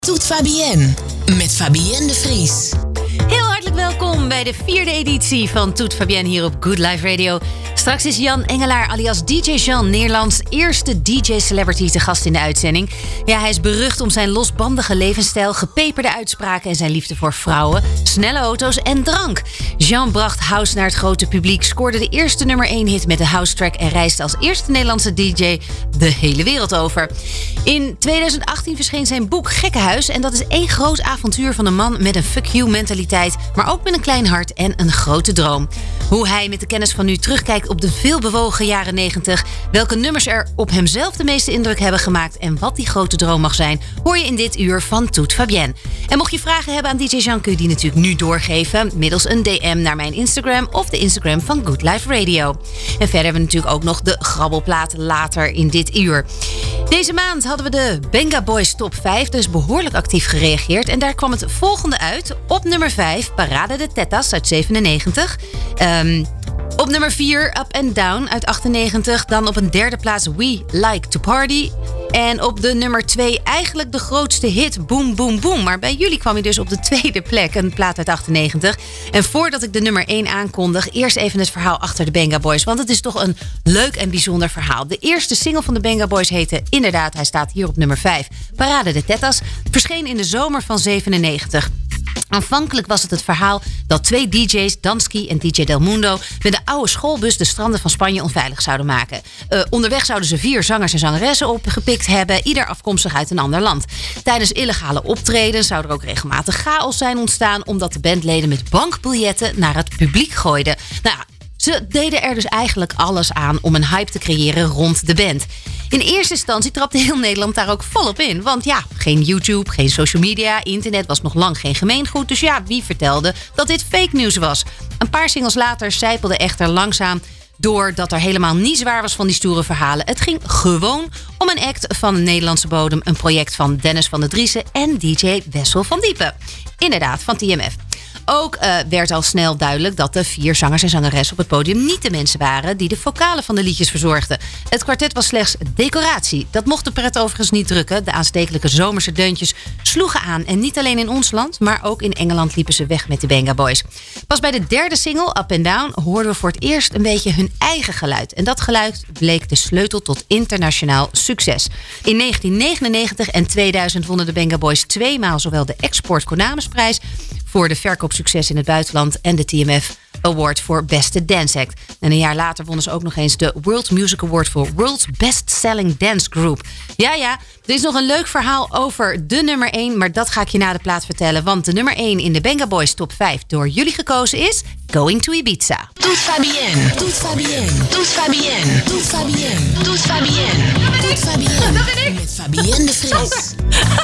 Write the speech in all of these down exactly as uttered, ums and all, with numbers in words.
Toet Fabienne met Fabienne de Vries. Heel hartelijk welkom bij de vierde editie van Toet Fabienne hier op Good Life Radio. Straks is Jan Engelaar alias D J Jean, Nederlands eerste D J-celebrity te gast in de uitzending. Ja, hij is berucht om zijn losbandige levensstijl, gepeperde uitspraken en zijn liefde voor vrouwen, snelle auto's en drank. Jean bracht house naar het grote publiek, scoorde de eerste nummer één hit met de house track en reisde als eerste Nederlandse D J de hele wereld over. In tweeduizend achttien verscheen zijn boek Gekkenhuis en dat is één groot avontuur van een man met een fuck you mentaliteit, maar ook met een klein hart en een grote droom. Hoe hij met de kennis van nu terugkijkt op de veelbewogen jaren negentig, welke nummers er op hemzelf de meeste indruk hebben gemaakt en wat die grote droom mag zijn, hoor je in dit uur van Toet Fabienne. En mocht je vragen hebben aan D J Jean, kun je die natuurlijk nu doorgeven middels een D M naar mijn Instagram of de Instagram van Good Life Radio. En verder hebben we natuurlijk ook nog de grabbelplaat later in dit uur. Deze maand hadden we de Benga Boys Top vijf, dus behoorlijk actief gereageerd. En daar kwam het volgende uit. Op nummer vijf, Parade de Tetas uit zevenennegentig. Um, op nummer vier, Up and Down uit achtennegentig. Dan op een derde plaats, We Like to Party. En op de nummer twee eigenlijk de grootste hit, Boom Boom Boom. Maar bij jullie kwam hij dus op de tweede plek, een plaat uit achtennegentig. En voordat ik de nummer één aankondig, eerst even het verhaal achter de Benga Boys. Want het is toch een leuk en bijzonder verhaal. De eerste single van de Benga Boys heette inderdaad, hij staat hier op nummer vijf, Parade de Tetas. Verscheen in de zomer van zevenennegentig. Aanvankelijk was het het verhaal dat twee D J's, Dansky en D J Del Mundo, met een oude schoolbus de stranden van Spanje onveilig zouden maken. Uh, onderweg zouden ze vier zangers en zangeressen opgepikt hebben, ieder afkomstig uit een ander land. Tijdens illegale optredens zou er ook regelmatig chaos zijn ontstaan, omdat de bandleden met bankbiljetten naar het publiek gooiden. Nou, ze deden er dus eigenlijk alles aan om een hype te creëren rond de band. In eerste instantie trapte heel Nederland daar ook volop in. Want ja, geen YouTube, geen social media, internet was nog lang geen gemeengoed. Dus ja, wie vertelde dat dit fake news was? Een paar singles later sijpelde echter langzaam door dat er helemaal niets waar was van die stoere verhalen. Het ging gewoon om een act van een Nederlandse bodem. Een project van Dennis van der Driessen en D J Wessel van Diepen. Inderdaad, van T M F. Ook uh, werd al snel duidelijk dat de vier zangers en zangeressen op het podium niet de mensen waren die de vocalen van de liedjes verzorgden. Het kwartet was slechts decoratie. Dat mocht de pret overigens niet drukken. De aanstekelijke zomerse deuntjes sloegen aan. En niet alleen in ons land, maar ook in Engeland liepen ze weg met de Benga Boys. Pas bij de derde single, Up and Down, hoorden we voor het eerst een beetje hun eigen geluid. En dat geluid bleek de sleutel tot internationaal succes. In negentien negenennegentig en tweeduizend wonnen de Benga Boys tweemaal zowel de Export Konamusprijs voor de verkoopsucces in het buitenland en de T M F Award voor Beste Dance Act. En een jaar later wonnen ze ook nog eens de World Music Award voor World's Best Selling Dance Group. Ja, ja, er is nog een leuk verhaal over de nummer één, maar dat ga ik je na de plaat vertellen. Want de nummer één in de Benga Boys Top vijf door jullie gekozen is Going to Ibiza. Toet Fabienne, Toet Fabienne, Toet Fabienne, Toet Fabienne, Toet Fabienne, Toet Fabienne, Dat ben ik. met Fabienne de Vries.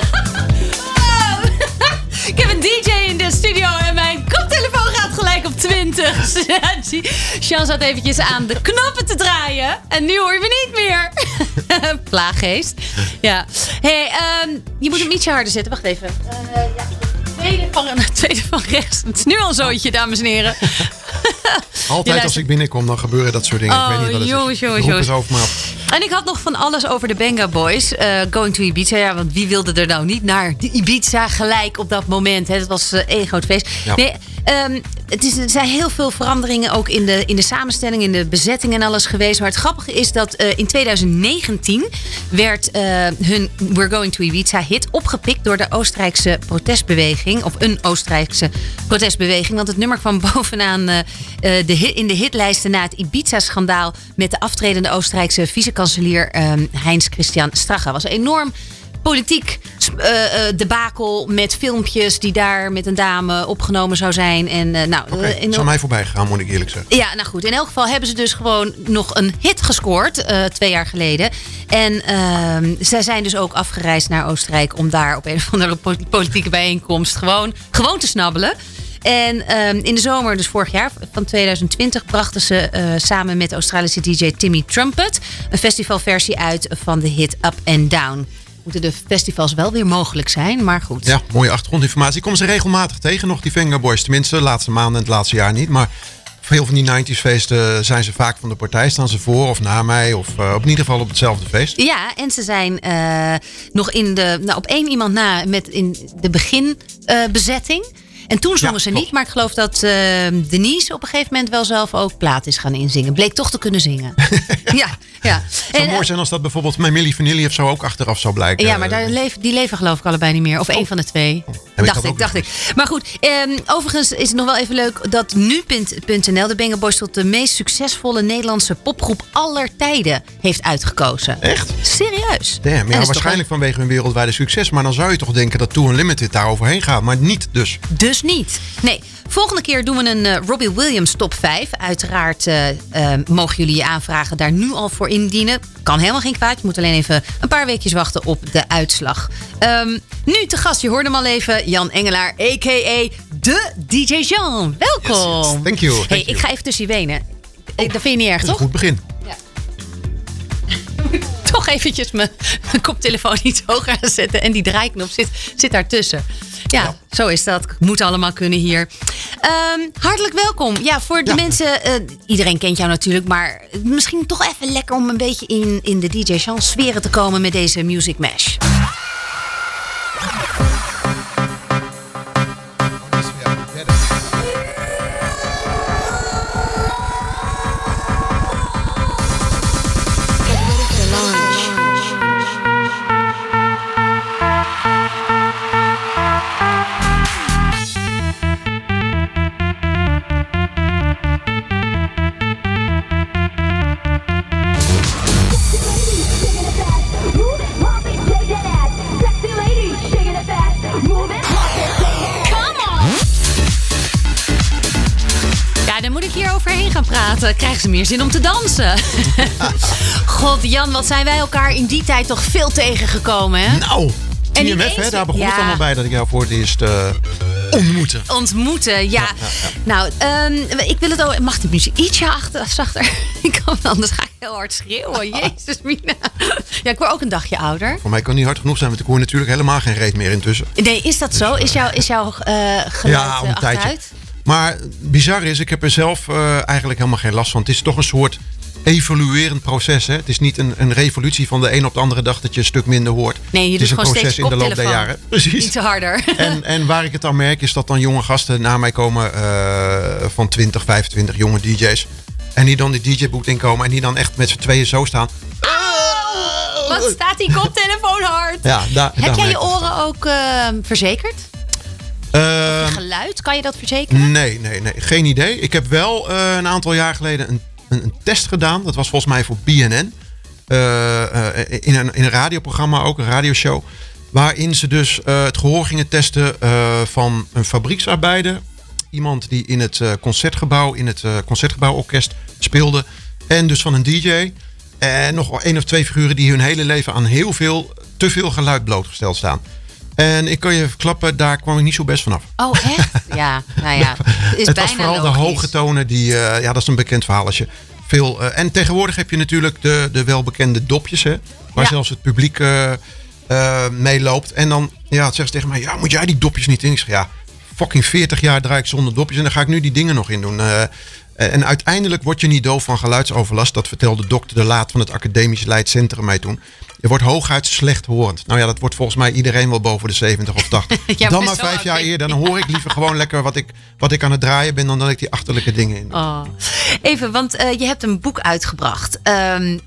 Ik heb een D J in de studio en mijn koptelefoon gaat gelijk op twintig. Jean zat eventjes aan de knoppen te draaien. En nu hoor je me niet meer. Plaaggeest. Ja. Hey, um, je moet hem ietsje harder zetten. Wacht even. Uh, ja. tweede, van, tweede van rechts. Het is nu al zoietje, dames en heren. Altijd als ik binnenkom, dan gebeuren dat soort dingen. Oh, ik weet niet wat het jongens, is. jongens, Roep jongens. het over me af. En ik had nog van alles over de Benga Boys. Uh, going to Ibiza. Ja, want wie wilde er nou niet naar de Ibiza gelijk op dat moment? Hè? Het was uh, één groot feest. Ja. Nee, um, het is, er zijn heel veel veranderingen ook in de, in de samenstelling, in de bezetting en alles geweest. Maar het grappige is dat uh, in tweeduizend negentien werd uh, hun We're Going to Ibiza hit opgepikt door de Oostenrijkse protestbeweging. Of een Oostenrijkse protestbeweging. Want het nummer kwam bovenaan uh, de hit, in de hitlijsten na het Ibiza-schandaal met de aftredende Oostenrijkse vicekanselier um, Heinz Christian Strache. Was enorm politiek uh, uh, debakel met filmpjes die daar met een dame opgenomen zou zijn. En, uh, nou, Oké, okay, is aan mij voorbij gegaan, moet ik eerlijk zeggen. Ja, nou goed. In elk geval hebben ze dus gewoon nog een hit gescoord. Uh, twee jaar geleden. En uh, zij zijn dus ook afgereisd naar Oostenrijk om daar op een of andere politieke bijeenkomst gewoon, gewoon te snabbelen. En um, in de zomer, dus vorig jaar, van tweeduizend twintig, brachten ze uh, samen met de Australische D J Timmy Trumpet een festivalversie uit van de hit Up and Down. Moeten de festivals wel weer mogelijk zijn, maar goed. Ja, mooie achtergrondinformatie. Ik kom ze regelmatig tegen nog, die Benga Boys. Tenminste, de laatste maanden en het laatste jaar niet. Maar veel van die negentig feesten zijn ze vaak van de partij. Staan ze voor of na mij of uh, op in ieder geval op hetzelfde feest. Ja, en ze zijn uh, nog in de, nou, op één iemand na met in de beginbezetting. Uh, En toen zongen ja, ze klopt. niet, maar ik geloof dat uh, Denise op een gegeven moment wel zelf ook plaat is gaan inzingen. Bleek toch te kunnen zingen. ja, ja. Het zou en, mooi zijn als dat bijvoorbeeld met Milli Vanilli of zo ook achteraf zou blijken. Ja, maar daar leven, die leven geloof ik allebei niet meer. Of oh. één van de twee. Oh, dacht ik, dacht ik. Maar goed, um, overigens is het nog wel even leuk dat nu punt n l de Banger Boys tot de meest succesvolle Nederlandse popgroep aller tijden heeft uitgekozen. Echt? Serieus. Damn, ja, waarschijnlijk een... vanwege hun wereldwijde succes. Maar dan zou je toch denken dat Too Unlimited daar overheen gaat. Maar niet dus. Dus niet. Nee, volgende keer doen we een uh, Robbie Williams top vijf. Uiteraard uh, uh, mogen jullie je aanvragen daar nu al voor indienen. Kan helemaal geen kwaad. Je moet alleen even een paar weekjes wachten op de uitslag. Um, nu te gast, je hoorde hem al even, Jan Engelaar, a k a de D J Jean. Welkom. Yes, yes. Thank you. Thank hey, you. Ik ga even tussen je benen. Oh, dat vind je niet erg, toch? Dat is een goed begin. Ja. Toch eventjes mijn, mijn koptelefoon iets hoger gaan zetten. En die draaiknop zit, zit daartussen. Ja, ja, zo is dat. Moet allemaal kunnen hier. Um, hartelijk welkom. Ja, voor de ja. mensen... Uh, iedereen kent jou natuurlijk. Maar misschien toch even lekker om een beetje in, in de D J Jean sferen te komen met deze Music Mash. Praten, krijgen ze meer zin om te dansen. God, Jan, wat zijn wij elkaar in die tijd toch veel tegengekomen, hè? Nou, T M F, hè, daar begon ja. het allemaal bij dat ik jou voor het eerst uh, ontmoette. Ontmoeten, ja. ja, ja, ja. Nou, um, ik wil het ook... Mag de muziek ietsje achter, zachter? Ik kan, anders ga ik heel hard schreeuwen. Jezus, Mina. Ja, ik word ook een dagje ouder. Voor mij kan het niet hard genoeg zijn, want ik hoor natuurlijk helemaal geen reet meer intussen. Nee, is dat dus, zo? Is jouw is jou, uh, geluid ja, een uh, achteruit? Tijdje. Maar bizar is, ik heb er zelf uh, eigenlijk helemaal geen last van. Het is toch een soort evoluerend proces. Hè? Het is niet een, een revolutie van de een op de andere dag dat je een stuk minder hoort. Nee, je het doet is een gewoon proces in de loop der jaren. Precies. Niet te harder. En, en waar ik het dan merk is dat dan jonge gasten na mij komen uh, van twintig, vijfentwintig jonge D J's. En die dan die D J-boot inkomen en die dan echt met z'n tweeën zo staan. Oh, wat staat die koptelefoon hard? Ja, da, heb jij je oren ook uh, verzekerd? Uh, geluid, kan je dat verzekeren? Nee, nee, nee, geen idee. Ik heb wel uh, een aantal jaar geleden een, een, een test gedaan. Dat was volgens mij voor B N N. Uh, uh, in, een, in een radioprogramma ook, een radioshow. Waarin ze dus uh, het gehoor gingen testen uh, van een fabrieksarbeider. Iemand die in het uh, concertgebouw, in het uh, concertgebouworkest speelde. En dus van een D J. En nog één of twee figuren die hun hele leven aan heel veel, te veel geluid blootgesteld staan. En ik kan je verklappen, daar kwam ik niet zo best vanaf. Oh, echt? Ja, nou ja. Het, is het bijna was vooral logisch. De hoge tonen, die, uh, ja, dat is een bekend verhaal. Als je veel, uh, en tegenwoordig heb je natuurlijk de, de welbekende dopjes, hè, waar ja. zelfs het publiek uh, uh, meeloopt. En dan ja, zeggen ze tegen mij, ja, moet jij die dopjes niet in? Ik zeg, ja, fucking veertig jaar draai ik zonder dopjes en dan ga ik nu die dingen nog in doen. Uh, en uiteindelijk word je niet doof van geluidsoverlast. Dat vertelde dokter De Laat van het Academisch Leidcentrum mij toen. Je wordt hooguit slechthorend. Nou ja, dat wordt volgens mij iedereen wel boven de zeventig of tachtig. Ja, dan maar vijf jaar eerder. Dan hoor ik liever gewoon lekker wat ik, wat ik aan het draaien ben... dan dat ik die achterlijke dingen in doe. Oh. Even, want uh, je hebt een boek uitgebracht. Um...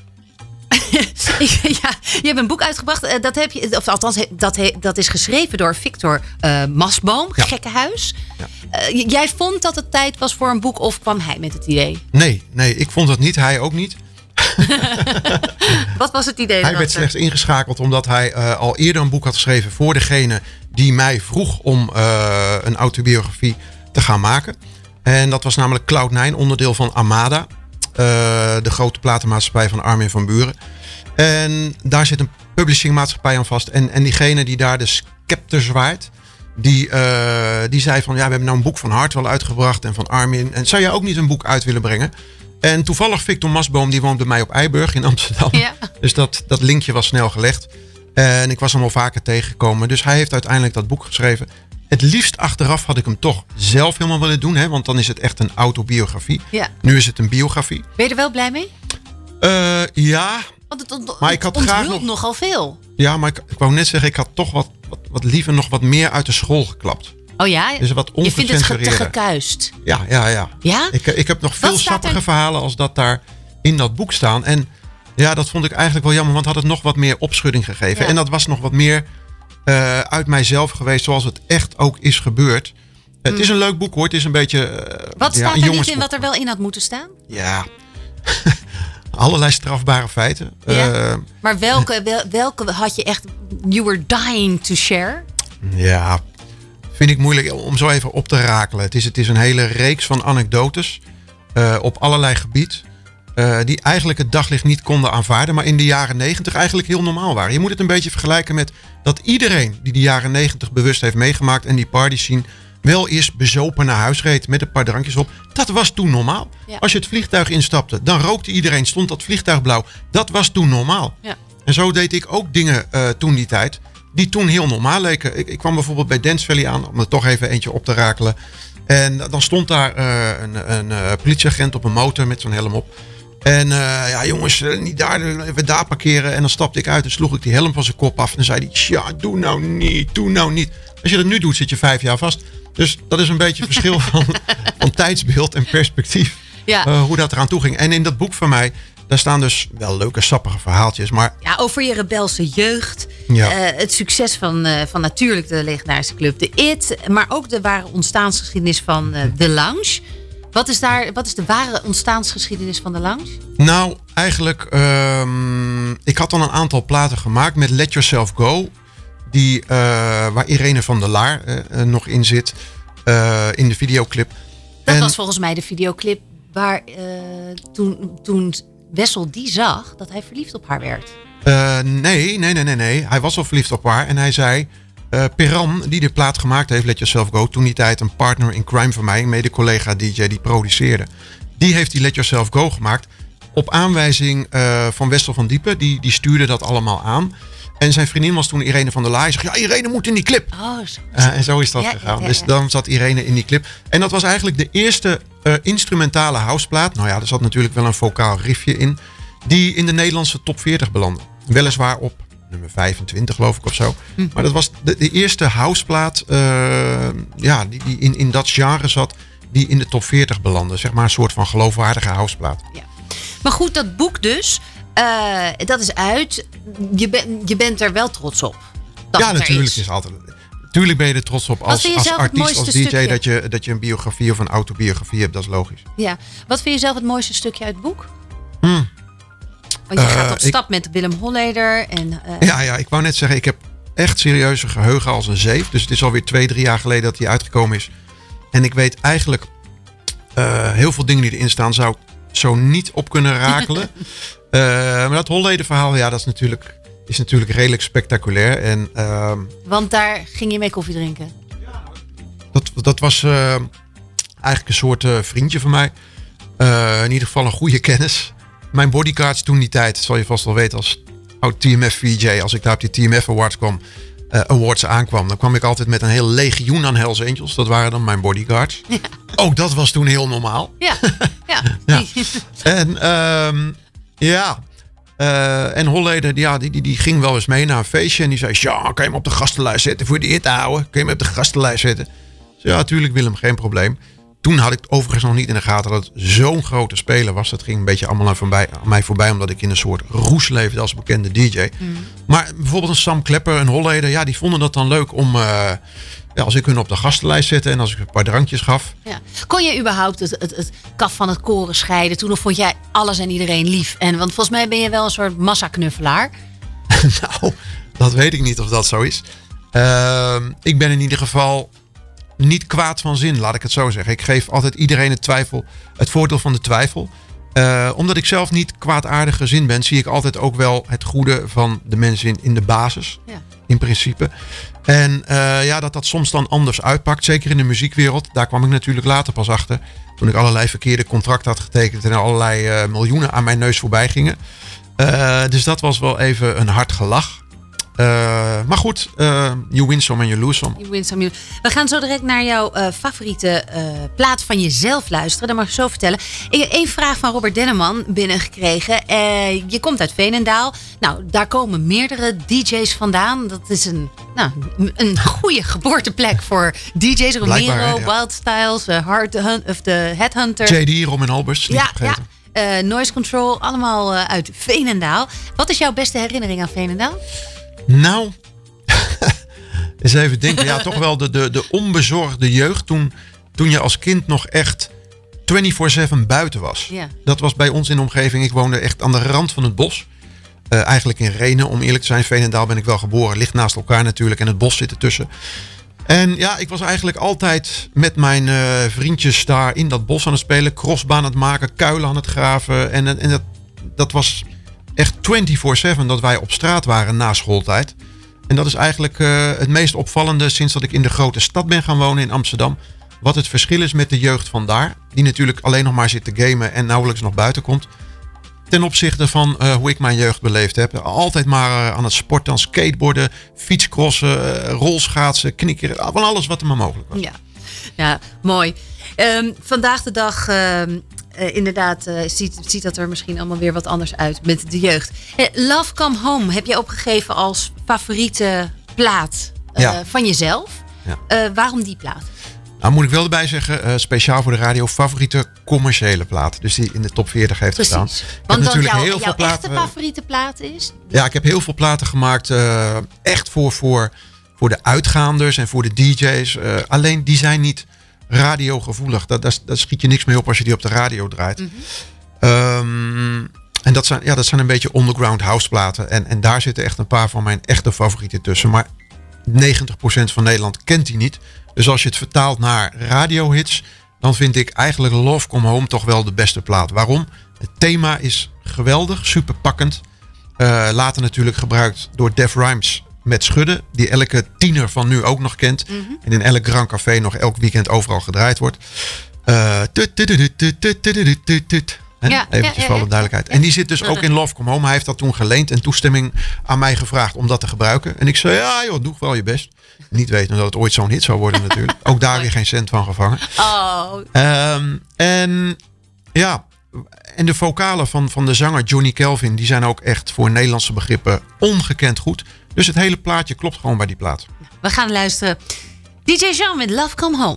ja, je hebt een boek uitgebracht. Uh, dat heb je, of althans, dat, he, dat is geschreven door Victor uh, Masboom, ja. Gekkenhuis. Ja. Uh, jij vond dat het tijd was voor een boek of kwam hij met het idee? Nee, nee, ik vond het niet. Hij ook niet. Wat was het idee? Hij werd slechts ingeschakeld omdat hij uh, al eerder een boek had geschreven voor degene die mij vroeg om uh, een autobiografie te gaan maken. En dat was namelijk Cloud nine, onderdeel van Armada. Uh, de grote platenmaatschappij van Armin van Buuren. En daar zit een publishingmaatschappij aan vast. En, en diegene die daar de scepter zwaait, die, uh, die zei van ja, we hebben nou een boek van Hartwell uitgebracht en van Armin. En zou jij ook niet een boek uit willen brengen? En toevallig Victor Masboom, die woont bij mij op Eiburg in Amsterdam. Ja. Dus dat, dat linkje was snel gelegd. En ik was hem al vaker tegengekomen. Dus hij heeft uiteindelijk dat boek geschreven. Het liefst achteraf had ik hem toch zelf helemaal willen doen. Hè, want dan is het echt een autobiografie. Ja. Nu is het een biografie. Ben je er wel blij mee? Uh, ja. Want het ont- maar ik had onthult graag nog, nogal veel. Ja, maar ik, ik wou net zeggen, ik had toch wat, wat, wat liever nog wat meer uit de school geklapt. Oh ja? Dus wat je vindt het ge- te ongecensureerder. gekuist. Ja, ja, ja. Ja? Ik, ik heb nog veel Wat staat sappige er? verhalen als dat daar in dat boek staan. En ja, dat vond ik eigenlijk wel jammer, want had het nog wat meer opschudding gegeven. Ja. En dat was nog wat meer uh, uit mijzelf geweest, zoals het echt ook is gebeurd. Mm. Het is een leuk boek hoor, het is een beetje... Uh, Wat ja, staat een er niet in jongensboek. wat er wel in had moeten staan? Ja, allerlei strafbare feiten. Ja. Uh, Maar welke, wel, welke had je echt... You were dying to share? Ja, vind ik moeilijk om zo even op te rakelen. Het is, het is een hele reeks van anekdotes uh, op allerlei gebied. Uh, die eigenlijk het daglicht niet konden aanvaarden. Maar in de jaren negentig eigenlijk heel normaal waren. Je moet het een beetje vergelijken met dat iedereen die de jaren negentig bewust heeft meegemaakt. En die party scene wel eerst bezopen naar huis reed met een paar drankjes op. Dat was toen normaal. Ja. Als je het vliegtuig instapte, dan rookte iedereen. Stond dat vliegtuig blauw. Dat was toen normaal. Ja. En zo deed ik ook dingen uh, toen die tijd. Die toen heel normaal leken. Ik, ik kwam bijvoorbeeld bij Dance Valley aan. Om er toch even eentje op te rakelen. En dan stond daar uh, een, een uh, politieagent op een motor met zo'n helm op. En uh, ja jongens, uh, niet daar, even daar parkeren. En dan stapte ik uit en sloeg ik die helm van zijn kop af. En dan zei hij, ja, doe nou niet, doe nou niet. Als je dat nu doet, zit je vijf jaar vast. Dus dat is een beetje het verschil van, van tijdsbeeld en perspectief. Ja. Uh, hoe dat eraan toe ging. En in dat boek van mij, daar staan dus wel leuke, sappige verhaaltjes. Maar Ja, over je rebelse jeugd. Ja. Uh, het succes van, uh, van natuurlijk de legendarische club The It. Maar ook de ware ontstaansgeschiedenis van uh, The Lounge. Wat is, daar, wat is de ware ontstaansgeschiedenis van The Lounge? Nou, eigenlijk, um, ik had dan een aantal platen gemaakt met Let Yourself Go. Die, uh, waar Irene van der Laar uh, nog in zit. Uh, in de videoclip. Dat En- was volgens mij de videoclip waar uh, toen, toen Wessel die zag dat hij verliefd op haar werd. Uh, nee, nee, nee, nee, nee. Hij was al verliefd op haar. En hij zei, uh, Peran, die de plaat gemaakt heeft, Let Yourself Go. Toen die tijd een partner in crime van mij. Een mede-collega D J die produceerde. Die heeft die Let Yourself Go gemaakt. Op aanwijzing uh, van Wessel van Diepen. Die, die stuurde dat allemaal aan. En zijn vriendin was toen Irene van der Laar. Hij zegt, ja, Irene moet in die clip. Oh, zo. Uh, en zo is dat Ja, gegaan. ja, ja. Dus dan zat Irene in die clip. En dat was eigenlijk de eerste uh, instrumentale houseplaat. Nou ja, er zat natuurlijk wel een vocaal riffje in. Die in de Nederlandse top veertig belandde. Weliswaar op nummer vijfentwintig geloof ik of zo. Hm. Maar dat was de, de eerste houseplaat uh, ja, die, die in, in dat genre zat. Die in de top veertig belandde. Zeg maar een soort van geloofwaardige houseplaat. Ja. Maar goed, dat boek dus. Uh, dat is uit. Je, ben, je bent er wel trots op. Dat Ja, het er natuurlijk is. is altijd... Tuurlijk ben je er trots op als, vind je als zelf het artiest, als mooiste D J... stukje? Dat je, dat je een biografie of een autobiografie hebt. Dat is logisch. Ja. Wat vind je zelf het mooiste stukje uit het boek? Hmm. Want je Uh, gaat op ik- stap met Willem Holleder. En, uh, Ja, ja, ik wou net zeggen, ik heb echt serieus een geheugen als een zeef. Dus het is alweer twee, drie jaar geleden dat hij uitgekomen is. En ik weet eigenlijk uh, heel veel dingen die erin staan, zou ik zo niet op kunnen rakelen. uh, maar dat Holleder verhaal, ja, dat is natuurlijk, is natuurlijk redelijk spectaculair. En uh, Want daar ging je mee koffie drinken. dat, dat was uh, eigenlijk een soort uh, vriendje van mij. Uh, in ieder geval een goede kennis. Mijn bodyguards toen die tijd, zal je vast wel weten als oud T M F V J. Als ik daar op die T M F Awards kwam, uh, awards aankwam, dan kwam ik altijd met een heel legioen aan Hells Angels. Dat waren dan mijn bodyguards. Ja. Ook dat was toen heel normaal. Ja, ja. Ja. En um, ja, uh, en Holleder, ja, die, die, die ging wel eens mee naar een feestje. En die zei, ja, kan je me op de gastenlijst zetten voor de eer te houden? Kun je me op de gastenlijst zetten? Dus ja, natuurlijk Willem, geen probleem. Toen had ik overigens nog niet in de gaten dat het zo'n grote speler was. Dat ging een beetje allemaal aan, voorbij, aan mij voorbij, omdat ik in een soort roes leefde als bekende D J. Mm. Maar bijvoorbeeld een Sam Klepper, een Holleder, ja, die vonden dat dan leuk om, uh, ja, als ik hun op de gastenlijst zette en als ik een paar drankjes gaf. Ja. Kon je überhaupt het, het, het kaf van het koren scheiden toen, of vond jij alles en iedereen lief? En, want volgens mij ben je wel een soort massaknuffelaar. Nou, dat weet ik niet of dat zo is. Uh, ik ben in ieder geval niet kwaad van zin, laat ik het zo zeggen. Ik geef altijd iedereen het, twijfel, het voordeel van de twijfel. Uh, omdat ik zelf niet kwaadaardig gezind ben, zie ik altijd ook wel het goede van de mensen in, in de basis. Ja. In principe. En uh, ja, dat dat soms dan anders uitpakt. Zeker in de muziekwereld. Daar kwam ik natuurlijk later pas achter. Toen ik allerlei verkeerde contracten had getekend. En allerlei uh, miljoenen aan mijn neus voorbij gingen. Uh, dus dat was wel even een hard gelach. Uh, maar goed, uh, you win some and you lose some. You win some, you... We gaan zo direct naar jouw uh, favoriete uh, plaat van jezelf luisteren. Dat mag je zo vertellen. Ik heb één vraag van Robert Denneman binnengekregen. Uh, je komt uit Veenendaal. Nou, daar komen meerdere D J's vandaan. Dat is een, nou, een goede geboorteplek voor D J's. Romero, ja. Wild Styles, uh, Hard Hunt, of de Headhunter. J D, Robin Albers, niet ja, vergeten. Ja. Uh, Noise Control, allemaal uh, uit Veenendaal. Wat is jouw beste herinnering aan Veenendaal? Nou, eens even denken. Ja, toch wel de, de, de onbezorgde jeugd. Toen, toen je als kind nog echt vierentwintig zeven buiten was. Ja. Dat was bij ons in de omgeving. Ik woonde echt aan de rand van het bos. Uh, eigenlijk in Renen, om eerlijk te zijn. Veenendaal ben ik wel geboren. Ligt naast elkaar natuurlijk. En het bos zit ertussen. En ja, ik was eigenlijk altijd met mijn uh, vriendjes daar in dat bos aan het spelen. Crossbaan aan het maken, kuilen aan het graven. En, en dat, dat was echt vierentwintig zeven dat wij op straat waren na schooltijd. En dat is eigenlijk uh, het meest opvallende sinds dat ik in de grote stad ben gaan wonen in Amsterdam. Wat het verschil is met de jeugd van daar. Die natuurlijk alleen nog maar zit te gamen en nauwelijks nog buiten komt. Ten opzichte van uh, hoe ik mijn jeugd beleefd heb. Altijd maar uh, aan het sporten, aan skateboarden, fietscrossen, uh, rolschaatsen, knikkeren. Van alles wat er maar mogelijk was. Ja, ja mooi. Um, vandaag de dag... Uh, Uh, inderdaad, uh, ziet, ziet dat er misschien allemaal weer wat anders uit met de jeugd. Uh, Love Come Home heb je opgegeven als favoriete plaat uh, ja. van jezelf. Ja. Uh, waarom die plaat? Nou, moet ik wel erbij zeggen, uh, speciaal voor de radio, favoriete commerciële plaat. Dus die in de top veertig heeft Precies. gestaan. Want dan natuurlijk jouw, heel jouw veel platen, echte favoriete plaat is? Ja, ik heb heel veel platen gemaakt. Uh, echt voor, voor, voor de uitgaanders en voor de D J's. Uh, alleen die zijn niet radiogevoelig. Daar, daar, daar schiet je niks mee op als je die op de radio draait. Mm-hmm. Um, en dat zijn, ja, dat zijn een beetje underground houseplaten. En, en daar zitten echt een paar van mijn echte favorieten tussen. Maar negentig procent van Nederland kent die niet. Dus als je het vertaalt naar radiohits, dan vind ik eigenlijk Love Come Home toch wel de beste plaat. Waarom? Het thema is geweldig, super pakkend. Uh, later natuurlijk gebruikt door Def Rhymes met Schudden, die elke tiener van nu ook nog kent. Mm-hmm. En in elk Grand Café nog elk weekend overal gedraaid wordt. Uh, tut, tut, tut, tut, tut, tut, tut, tut. He? Ja, eventjes ja, ja, voor alle duidelijkheid. Ja. En die zit dus ook in Love Come Home. Hij heeft dat toen geleend en toestemming aan mij gevraagd om dat te gebruiken. En ik zei, ja joh, doe wel je best. Niet weten dat het ooit zo'n hit zou worden natuurlijk. Ook daar weer geen cent van gevangen. Oh. Um, en ja, en de vocalen van, van de zanger Johnny Kelvin, die zijn ook echt voor Nederlandse begrippen ongekend goed. Dus het hele plaatje klopt gewoon bij die plaat. We gaan luisteren. D J Jean met Love Come Home.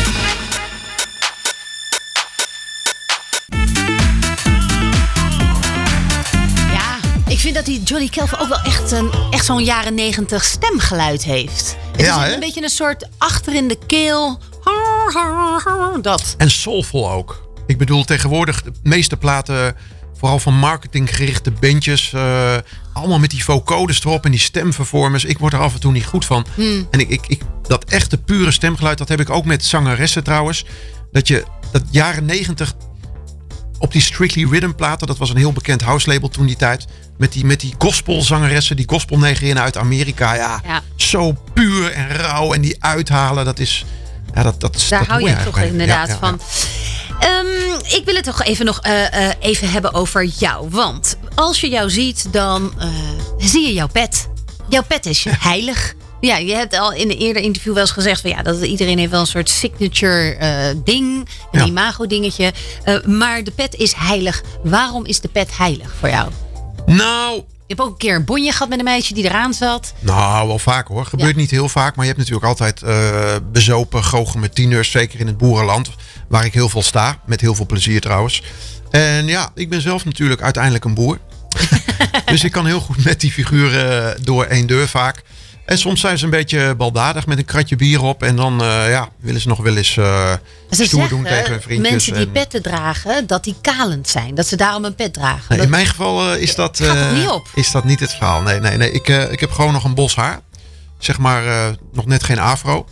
Ik vind dat die Johnny Kelvin ook wel echt, een, echt zo'n jaren negentig stemgeluid heeft. Het ja, is een beetje een soort achter in de keel. Dat. En soulful ook. Ik bedoel, tegenwoordig de meeste platen, vooral van marketinggerichte bandjes, uh, allemaal met die vocodes erop en die stemvervormers. Ik word er af en toe niet goed van. Hmm. En ik, ik, ik, dat echte pure stemgeluid, dat heb ik ook met zangeressen trouwens. Dat je dat jaren negentig op die Strictly Rhythm platen, dat was een heel bekend house label toen die tijd. Met die, met die gospelzangeressen, die gospelnegerinnen uit Amerika. Ja, ja, zo puur en rauw. En die uithalen, dat is... Ja, dat, dat, Daar dat hou je toch inderdaad ja, ja, van. Ja. Um, ik wil het toch even nog uh, uh, even hebben over jou. Want als je jou ziet, dan uh, zie je jouw pet. Jouw pet is heilig. Ja, je hebt al in een eerder interview wel eens gezegd van ja, dat iedereen heeft wel een soort signature uh, ding, een ja. imago dingetje. Uh, maar de pet is heilig. Waarom is de pet heilig voor jou? Nou, je hebt ook een keer een bonje gehad met een meisje die eraan zat. Nou, wel vaak hoor. Gebeurt ja. niet heel vaak, maar je hebt natuurlijk altijd uh, bezopen, goocheme tieners, zeker in het boerenland, waar ik heel veel sta, met heel veel plezier trouwens. En ja, ik ben zelf natuurlijk uiteindelijk een boer. Dus ik kan heel goed met die figuren door één deur vaak. En soms zijn ze een beetje baldadig met een kratje bier op. En dan uh, ja, willen ze nog wel eens uh, stoer zeggen, doen tegen hun vriendjes. Mensen die en... petten dragen, dat die kalend zijn. Dat ze daarom een pet dragen. Nee, dat... In mijn geval uh, is, dat, uh, gaat niet op. is dat niet het verhaal. Nee, nee, nee. Ik, uh, ik heb gewoon nog een bos haar. Zeg maar uh, nog net geen afro.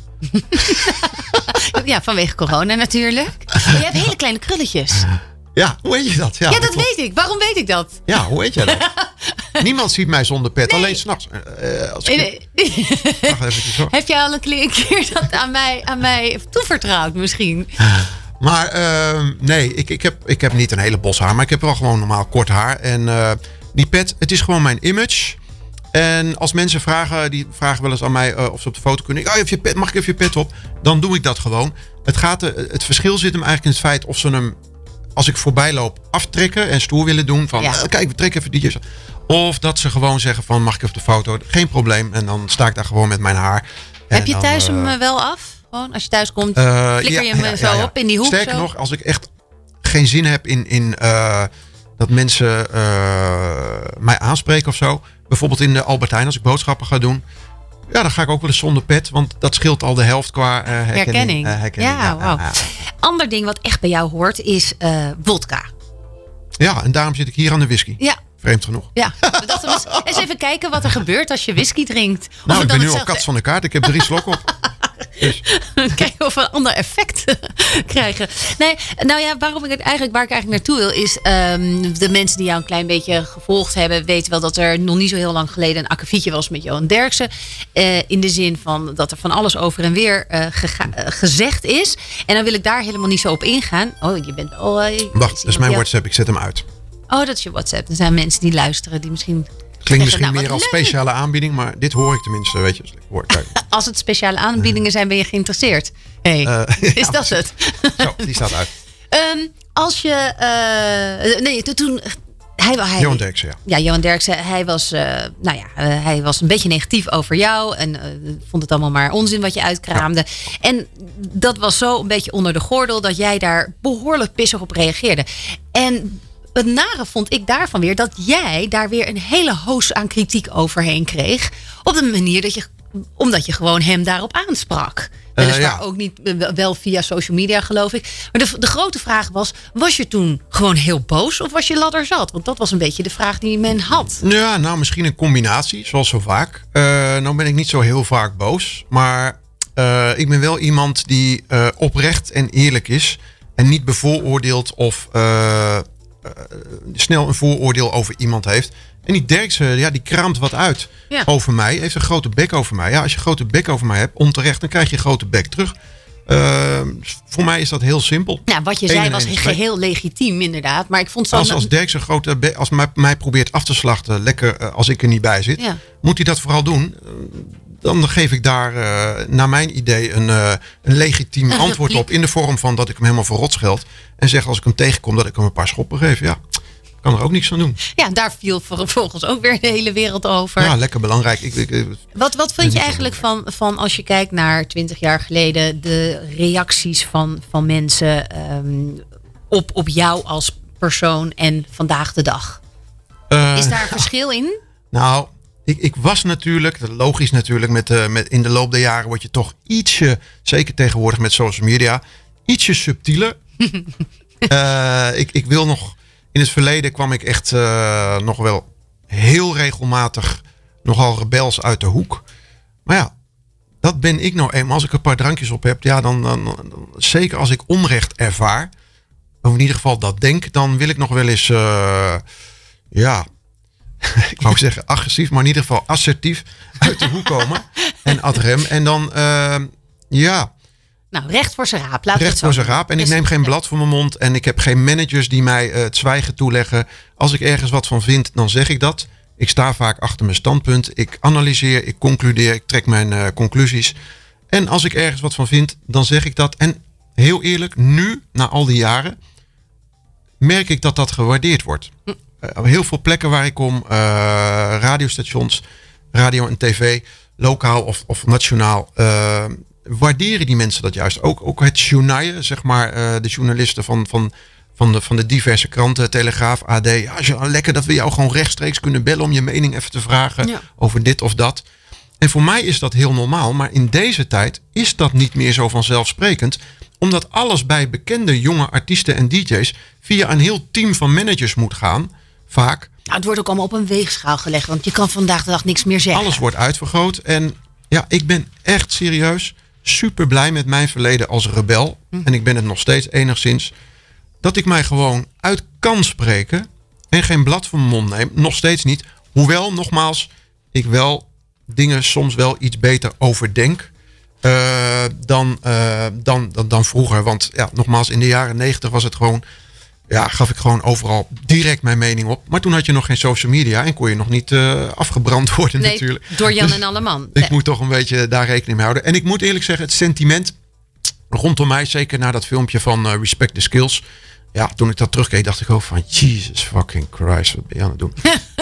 Ja, vanwege corona natuurlijk. Maar je hebt hele kleine krulletjes. Ja, hoe weet je dat? Ja, ja dat weet ik. Waarom weet ik dat? Ja, hoe weet jij dat? Niemand ziet mij zonder pet, nee. Alleen s'nachts. Uh, als ik... nee. Wacht eventjes hoor. Heb jij al een keer dat aan mij, aan mij toevertrouwd misschien? Maar uh, nee, ik, ik, heb, ik heb niet een hele bos haar, maar ik heb wel gewoon normaal kort haar. En uh, die pet, het is gewoon mijn image. En als mensen vragen, die vragen wel eens aan mij uh, of ze op de foto kunnen. Oh, je hebt je pet, mag ik even je pet op? Dan doe ik dat gewoon. Het, gaat, uh, het verschil zit hem eigenlijk in het feit of ze hem, als ik voorbij loop, aftrekken en stoer willen doen. Van, ja. uh, kijk, we trekken even die. Of dat ze gewoon zeggen van, mag ik even op de foto? Geen probleem. En dan sta ik daar gewoon met mijn haar. Heb je dan, thuis uh, hem wel af? Gewoon, als je thuis komt, uh, flikker ja, je hem ja, zo ja, ja. op in die hoek? Sterker zo? nog, als ik echt geen zin heb in, in uh, dat mensen uh, mij aanspreken of zo. Bijvoorbeeld in de Albert Heijn, als ik boodschappen ga doen. Ja, dan ga ik ook wel eens zonder pet. Want dat scheelt al de helft qua uh, herkenning. Herkenning. Uh, herkenning. Ja, Ja, wow. ja, ja. Ander ding wat echt bij jou hoort is uh, wodka. Ja, en daarom zit ik hier aan de whisky. Ja. Vreemd genoeg. Ja, we dachten eens, eens even kijken wat er gebeurt als je whisky drinkt. Of Nou, het ik ben dan nu al hetzelfde- kat van de kaart. Ik heb drie slokken op. Dus, Kijken of we een ander effect krijgen. Nee, nou ja, waarom ik het eigenlijk, waar ik eigenlijk naartoe wil, is um, de mensen die jou een klein beetje gevolgd hebben, weten wel dat er nog niet zo heel lang geleden een akkefietje was met Johan Derksen. Uh, in de zin van dat er van alles over en weer uh, gega- uh, gezegd is. En dan wil ik daar helemaal niet zo op ingaan. Oh, je bent al. Uh, wacht, dat is mijn WhatsApp. Ik zet hem uit. Oh, dat is je WhatsApp. Er zijn mensen die luisteren, die misschien. Klinkt misschien nou, meer wat als leuk. speciale aanbieding, maar dit hoor ik tenminste, weet je. Dus ik hoor, kijk. Als het speciale aanbiedingen zijn, ben je geïnteresseerd. Hey, Uh, is ja, dat het? Zo, die staat uit. Um, als je. Uh, nee, toen. Hij, hij, Johan Derksen, ja. Ja, Johan Derksen. Hij was, uh, nou ja, uh, hij was een beetje negatief over jou. En uh, vond het allemaal maar onzin wat je uitkraamde. Ja. En dat was zo een beetje onder de gordel dat jij daar behoorlijk pissig op reageerde. En het nare vond ik daarvan weer dat jij daar weer een hele hoos aan kritiek overheen kreeg. Op de manier dat je, omdat je gewoon hem daarop aansprak. Weliswaar uh, ja. ook niet, wel via social media geloof ik. Maar de, de grote vraag was, was je toen gewoon heel boos of was je ladder zat? Want dat was een beetje de vraag die men had. Ja, nou misschien een combinatie, zoals zo vaak. Uh, nou ben ik niet zo heel vaak boos. Maar uh, ik ben wel iemand die uh, oprecht en eerlijk is. En niet bevooroordeeld of uh, uh, snel een vooroordeel over iemand heeft. En die Derksen, ja, die kraamt wat uit ja. over mij. Heeft een grote bek over mij. Ja, als je een grote bek over mij hebt, onterecht, dan krijg je een grote bek terug. Uh, voor mij is dat heel simpel. Ja, wat je Eén zei was één. geheel legitiem, inderdaad. Maar ik vond zo. Als, als Derksen grote bek, als mij, mij probeert af te slachten, lekker uh, als ik er niet bij zit, ja. moet hij dat vooral doen. Uh, dan geef ik daar, uh, naar mijn idee, een, uh, een legitiem antwoord op. In de vorm van dat ik hem helemaal voor rot scheld. En zeg als ik hem tegenkom dat ik hem een paar schoppen geef. Ja. Kan er ook niks aan doen. Ja, daar viel vervolgens ook weer de hele wereld over. Ja, lekker belangrijk. Ik, ik, wat, wat vind je eigenlijk van, van als je kijkt naar twintig jaar geleden, de reacties van, van mensen um, op, op jou als persoon en vandaag de dag? Uh, Is daar een verschil in? Nou, ik, ik was natuurlijk, logisch natuurlijk, met, uh, met in de loop der jaren word je toch ietsje, zeker tegenwoordig met social media, ietsje subtieler. uh, ik, ik wil nog. In het verleden kwam ik echt uh, nog wel heel regelmatig nogal rebels uit de hoek. Maar ja, dat ben ik nou eenmaal. Als ik een paar drankjes op heb, ja, dan, dan, dan zeker als ik onrecht ervaar, of in ieder geval dat denk, dan wil ik nog wel eens, uh, ja, ik wou zeggen agressief, maar in ieder geval assertief uit de hoek komen en ad rem. En dan, uh, ja... Nou, recht voor zijn raap. Laat recht het zo voor zijn raap. En ik neem geen blad voor mijn mond. En ik heb geen managers die mij uh, het zwijgen toeleggen. Als ik ergens wat van vind, dan zeg ik dat. Ik sta vaak achter mijn standpunt. Ik analyseer, ik concludeer, ik trek mijn uh, conclusies. En als ik ergens wat van vind, dan zeg ik dat. En heel eerlijk, nu, na al die jaren, merk ik dat dat gewaardeerd wordt. Uh, heel veel plekken waar ik kom, uh, radiostations, radio en tv, lokaal of, of nationaal, uh, waarderen die mensen dat juist. Ook, ook het journaaien, zeg maar, uh, de journalisten van, van, van, de, van de diverse kranten, Telegraaf, A D. Ja, ja, lekker dat we jou gewoon rechtstreeks kunnen bellen om je mening even te vragen ja. over dit of dat. En voor mij is dat heel normaal, maar in deze tijd is dat niet meer zo vanzelfsprekend. Omdat alles bij bekende jonge artiesten en D J's via een heel team van managers moet gaan, vaak. Nou, het wordt ook allemaal op een weegschaal gelegd, want je kan vandaag de dag niks meer zeggen. Alles wordt uitvergroot en ja, ik ben echt serieus super blij met mijn verleden als rebel. Hm. En ik ben het nog steeds enigszins. Dat ik mij gewoon uit kan spreken en geen blad voor mijn mond neem. Nog steeds niet. Hoewel, nogmaals, ik wel dingen soms wel iets beter overdenk uh, dan, uh, dan, dan, dan vroeger. Want ja, nogmaals, in de jaren negentig was het gewoon ja, gaf ik gewoon overal direct mijn mening op. Maar toen had je nog geen social media en kon je nog niet uh, afgebrand worden nee, natuurlijk. Door Jan dus en Alleman. Ik moet toch een beetje daar rekening mee houden. En ik moet eerlijk zeggen, het sentiment rondom mij, zeker na dat filmpje van uh, Respect the Skills. Ja, toen ik dat terugkeek, dacht ik ook van Jesus fucking Christ, wat ben je aan het doen?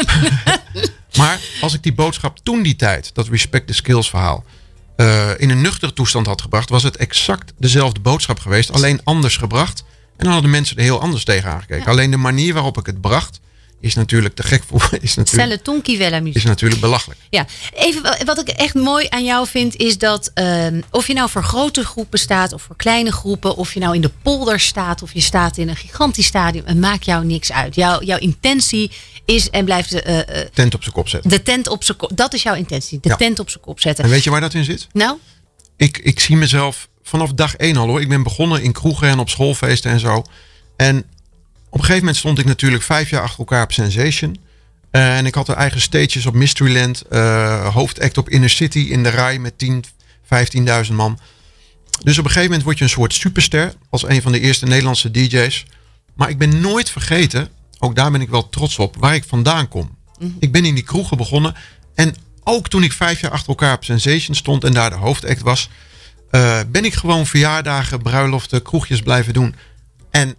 Maar als ik die boodschap toen die tijd, dat Respect the Skills verhaal, uh, in een nuchtere toestand had gebracht, was het exact dezelfde boodschap geweest, alleen anders gebracht. En dan hadden mensen er heel anders tegen aangekeken. Ja. Alleen de manier waarop ik het bracht, is natuurlijk te gek voor. Is natuurlijk, is natuurlijk belachelijk. Ja, even wat ik echt mooi aan jou vind, is dat uh, of je nou voor grote groepen staat of voor kleine groepen, of je nou in de polder staat of je staat in een gigantisch stadion, het maakt jou niks uit. Jouw, jouw intentie is en blijft de uh, uh, tent op zijn kop zetten. De tent op zijn kop. Dat is jouw intentie. De ja. tent op zijn kop zetten. En weet je waar dat in zit? Nou? Ik, ik zie mezelf vanaf dag één al hoor. Ik ben begonnen in kroegen en op schoolfeesten en zo. En op een gegeven moment stond ik natuurlijk vijf jaar achter elkaar op Sensation. Uh, en ik had er eigen stages op Mysteryland. Uh, hoofdact op Inner City in de Rai met tien, vijftienduizend man. Dus op een gegeven moment word je een soort superster. Als een van de eerste Nederlandse D J's. Maar ik ben nooit vergeten, ook daar ben ik wel trots op, waar ik vandaan kom. Mm-hmm. Ik ben in die kroegen begonnen. En ook toen ik vijf jaar achter elkaar op Sensation stond en daar de hoofdact was, Uh, ben ik gewoon verjaardagen, bruiloften, kroegjes blijven doen. En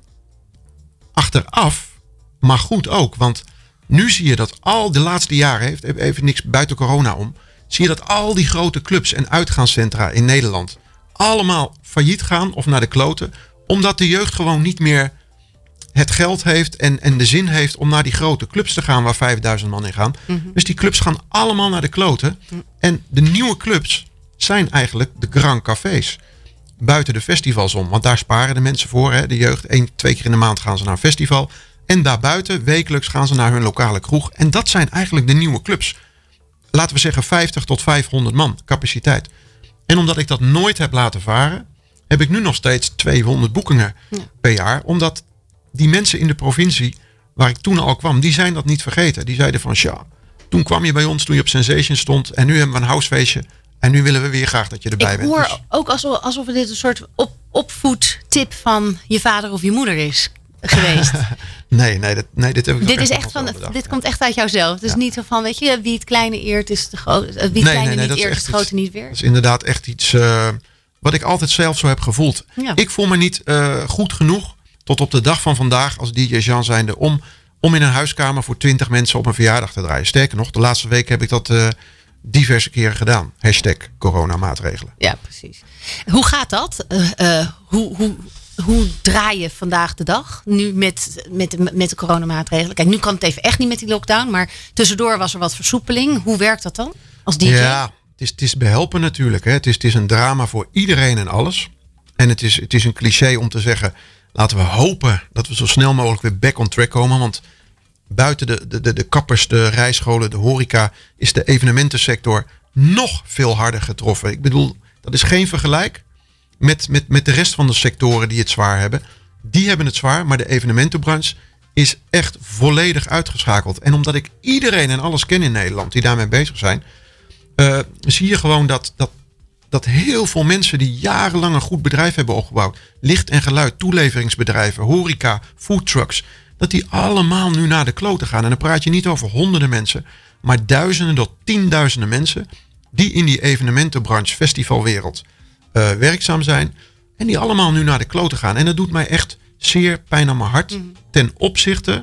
achteraf, maar goed ook. Want nu zie je dat al de laatste jaren, heeft even niks buiten corona om, zie je dat al die grote clubs en uitgaanscentra in Nederland allemaal failliet gaan of naar de kloten. Omdat de jeugd gewoon niet meer het geld heeft en, en de zin heeft om naar die grote clubs te gaan waar vijfduizend man in gaan. Mm-hmm. Dus die clubs gaan allemaal naar de kloten. Mm. En de nieuwe clubs zijn eigenlijk de grand cafés. Buiten de festivals om. Want daar sparen de mensen voor. Hè? De jeugd, één, twee keer in de maand gaan ze naar een festival. En daarbuiten, wekelijks gaan ze naar hun lokale kroeg. En dat zijn eigenlijk de nieuwe clubs. Laten we zeggen vijftig tot vijfhonderd man capaciteit. En omdat ik dat nooit heb laten varen, heb ik nu nog steeds tweehonderd boekingen ja. per jaar. Omdat die mensen in de provincie, waar ik toen al kwam, die zijn dat niet vergeten. Die zeiden van, ja, toen kwam je bij ons toen je op Sensation stond. En nu hebben we een housefeestje. En nu willen we weer graag dat je erbij ik bent. Ik hoor dus ook alsof, alsof het dit een soort op, opvoedtip van je vader of je moeder is geweest. nee, nee, dat, nee, dit heb ik dit echt is echt van, bedacht, Dit ja. komt echt uit jouzelf. Het is ja. niet zo van, weet je, wie het kleine eert is de grote. Wie het nee, kleine nee, nee, niet eert is het grote niet weer. Dat is inderdaad echt iets uh, wat ik altijd zelf zo heb gevoeld. Ja. Ik voel me niet uh, goed genoeg tot op de dag van vandaag als D J Jean zijnde om, om in een huiskamer voor twintig mensen op een verjaardag te draaien. Sterker nog, de laatste week heb ik dat Uh, diverse keren gedaan. Hashtag coronamaatregelen. Ja, precies. Hoe gaat dat? Uh, uh, hoe, hoe, hoe draai je vandaag de dag? Nu met, met, met de coronamaatregelen. Kijk, nu kan het even echt niet met die lockdown. Maar tussendoor was er wat versoepeling. Hoe werkt dat dan als D J? Ja, het is, het is behelpen natuurlijk. Hè. Het, is, het is een drama voor iedereen en alles. En het is, het is een cliché om te zeggen, laten we hopen dat we zo snel mogelijk weer back on track komen. Want buiten de, de, de kappers, de rijscholen, de horeca, is de evenementensector nog veel harder getroffen. Ik bedoel, dat is geen vergelijk met, met, met de rest van de sectoren die het zwaar hebben. Die hebben het zwaar, maar de evenementenbranche is echt volledig uitgeschakeld. En omdat ik iedereen en alles ken in Nederland die daarmee bezig zijn, uh, zie je gewoon dat, dat, dat heel veel mensen die jarenlang een goed bedrijf hebben opgebouwd, licht en geluid, toeleveringsbedrijven, horeca, foodtrucks, dat die allemaal nu naar de kloten gaan. En dan praat je niet over honderden mensen, maar duizenden tot tienduizenden mensen die in die evenementenbranche, festivalwereld uh, werkzaam zijn. En die allemaal nu naar de kloten gaan. En dat doet mij echt zeer pijn aan mijn hart. Mm. Ten opzichte,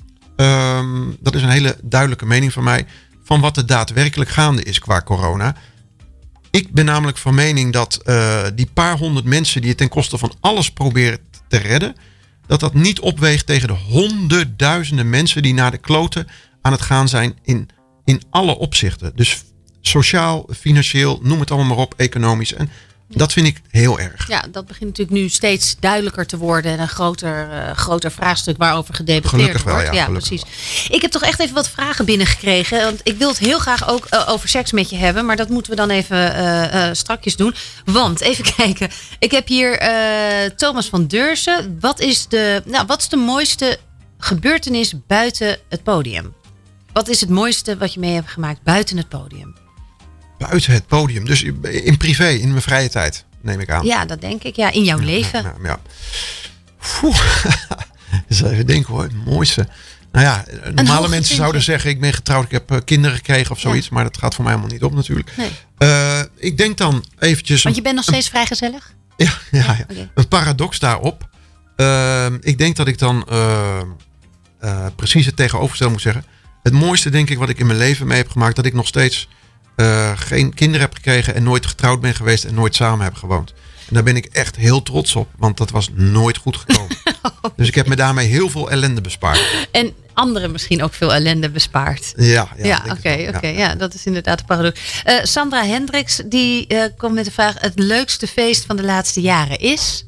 um, dat is een hele duidelijke mening van mij, van wat er daadwerkelijk gaande is qua corona. Ik ben namelijk van mening dat uh, die paar honderd mensen die het ten koste van alles proberen te redden, dat dat niet opweegt tegen de honderdduizenden mensen die naar de kloten aan het gaan zijn in, in alle opzichten. Dus sociaal, financieel, noem het allemaal maar op, economisch. En dat vind ik heel erg. Ja, dat begint natuurlijk nu steeds duidelijker te worden. En een groter, uh, groter vraagstuk waarover gedebatteerd gelukkig wordt. Wel, ja, ja precies. Wel. Ik heb toch echt even wat vragen binnengekregen. Want ik wil het heel graag ook uh, over seks met je hebben. Maar dat moeten we dan even uh, uh, strakjes doen. Want, even kijken. Ik heb hier uh, Thomas van Deurzen. Wat is, de, nou, wat is de mooiste gebeurtenis buiten het podium? Wat is het mooiste wat je mee hebt gemaakt buiten het podium? Buiten het podium. Dus in privé, in mijn vrije tijd, neem ik aan. Ja, dat denk ik. Ja, in jouw ja, leven. Ja, ja, ja. Dus even denken hoor, het mooiste. Nou ja, normale mensen zouden zeggen, ik ben getrouwd, ik heb uh, kinderen gekregen of zoiets. Ja. Maar dat gaat voor mij helemaal niet op natuurlijk. Nee. Uh, ik denk dan eventjes... Want je bent nog steeds een, vrijgezellig? Ja, ja, ja. Okay. Een paradox daarop. Uh, ik denk dat ik dan uh, uh, precies het tegenovergestelde moet zeggen. Het mooiste denk ik wat ik in mijn leven mee heb gemaakt, dat ik nog steeds uh, geen kinderen heb gekregen en nooit getrouwd ben geweest en nooit samen heb gewoond. En daar ben ik echt heel trots op, want dat was nooit goed gekomen. Oh, dus ik heb me daarmee heel veel ellende bespaard. En anderen misschien ook veel ellende bespaard. Ja, ja, ja oké, okay, oké. Okay, ja. ja, dat is inderdaad een paradox. Uh, Sandra Hendricks, die uh, komt met de vraag, het leukste feest van de laatste jaren is?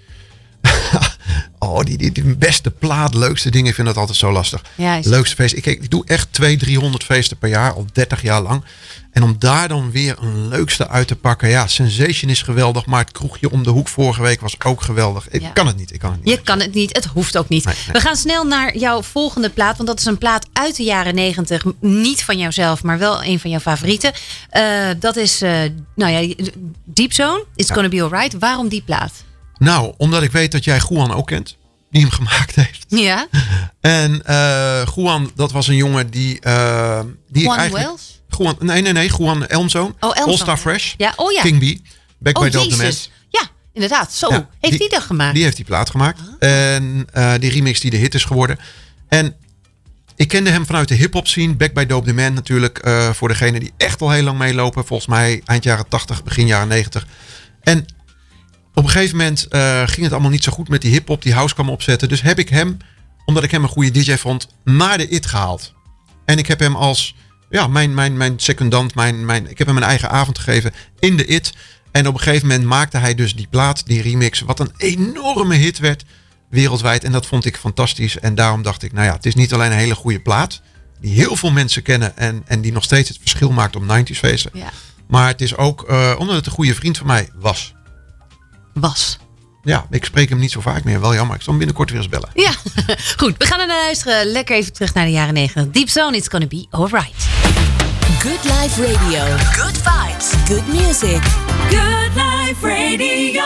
Oh, die, die, die beste plaat, leukste dingen, ik vind dat altijd zo lastig. Ja, leukste feest. Ik, ik doe echt tweehonderd, driehonderd feesten per jaar, al dertig jaar lang. En om daar dan weer een leukste uit te pakken. Ja, Sensation is geweldig, maar het kroegje om de hoek vorige week was ook geweldig. Ik ja. kan het niet, ik kan het niet. Je kan het niet, het hoeft ook niet. Nee, nee. We gaan snel naar jouw volgende plaat, want dat is een plaat uit de jaren negentig. Niet van jouzelf, maar wel een van jouw favorieten. Uh, dat is, uh, nou ja, Deep Zone, It's ja. Gonna Be Alright. Waarom die plaat? Nou, omdat ik weet dat jij Juan ook kent. Die hem gemaakt heeft. Ja. En uh, Juan, dat was een jongen die... Uh, die Juan ik eigenlijk, Wells? Juan, nee, nee, nee. Juan Elmzoon. Oh, Elmzoon. All Star Fresh. Ja, oh ja. King B. Back oh, by Dope the Man. Ja, inderdaad. Zo. Ja, heeft die dat gemaakt? Die heeft die plaat gemaakt. Ah. En uh, die remix die de hit is geworden. En ik kende hem vanuit de hip-hop scene. Back by Dope the Man natuurlijk. Uh, voor degenen die echt al heel lang meelopen. Volgens mij eind jaren tachtig, begin jaren negentig. En... Op een gegeven moment uh, ging het allemaal niet zo goed met die hiphop, die house kwam opzetten. Dus heb ik hem, omdat ik hem een goede D J vond, naar de I T gehaald. En ik heb hem als ja, mijn, mijn, mijn secundant, mijn, mijn, ik heb hem een eigen avond gegeven in de I T. En op een gegeven moment maakte hij dus die plaat, die remix, wat een enorme hit werd wereldwijd. En dat vond ik fantastisch. En daarom dacht ik, nou ja, het is niet alleen een hele goede plaat, die heel veel mensen kennen en, en die nog steeds het verschil maakt op negentig feesten. Ja. Maar het is ook uh, omdat het een goede vriend van mij was. Was. Ja, ik spreek hem niet zo vaak meer. Wel jammer, ik zal hem binnenkort weer eens bellen. Ja, goed. We gaan er naar luisteren. Lekker even terug naar de jaren negentig. Deep Zone, It's Gonna Be Alright. Good Life Radio. Good vibes. Good music. Good Life Radio.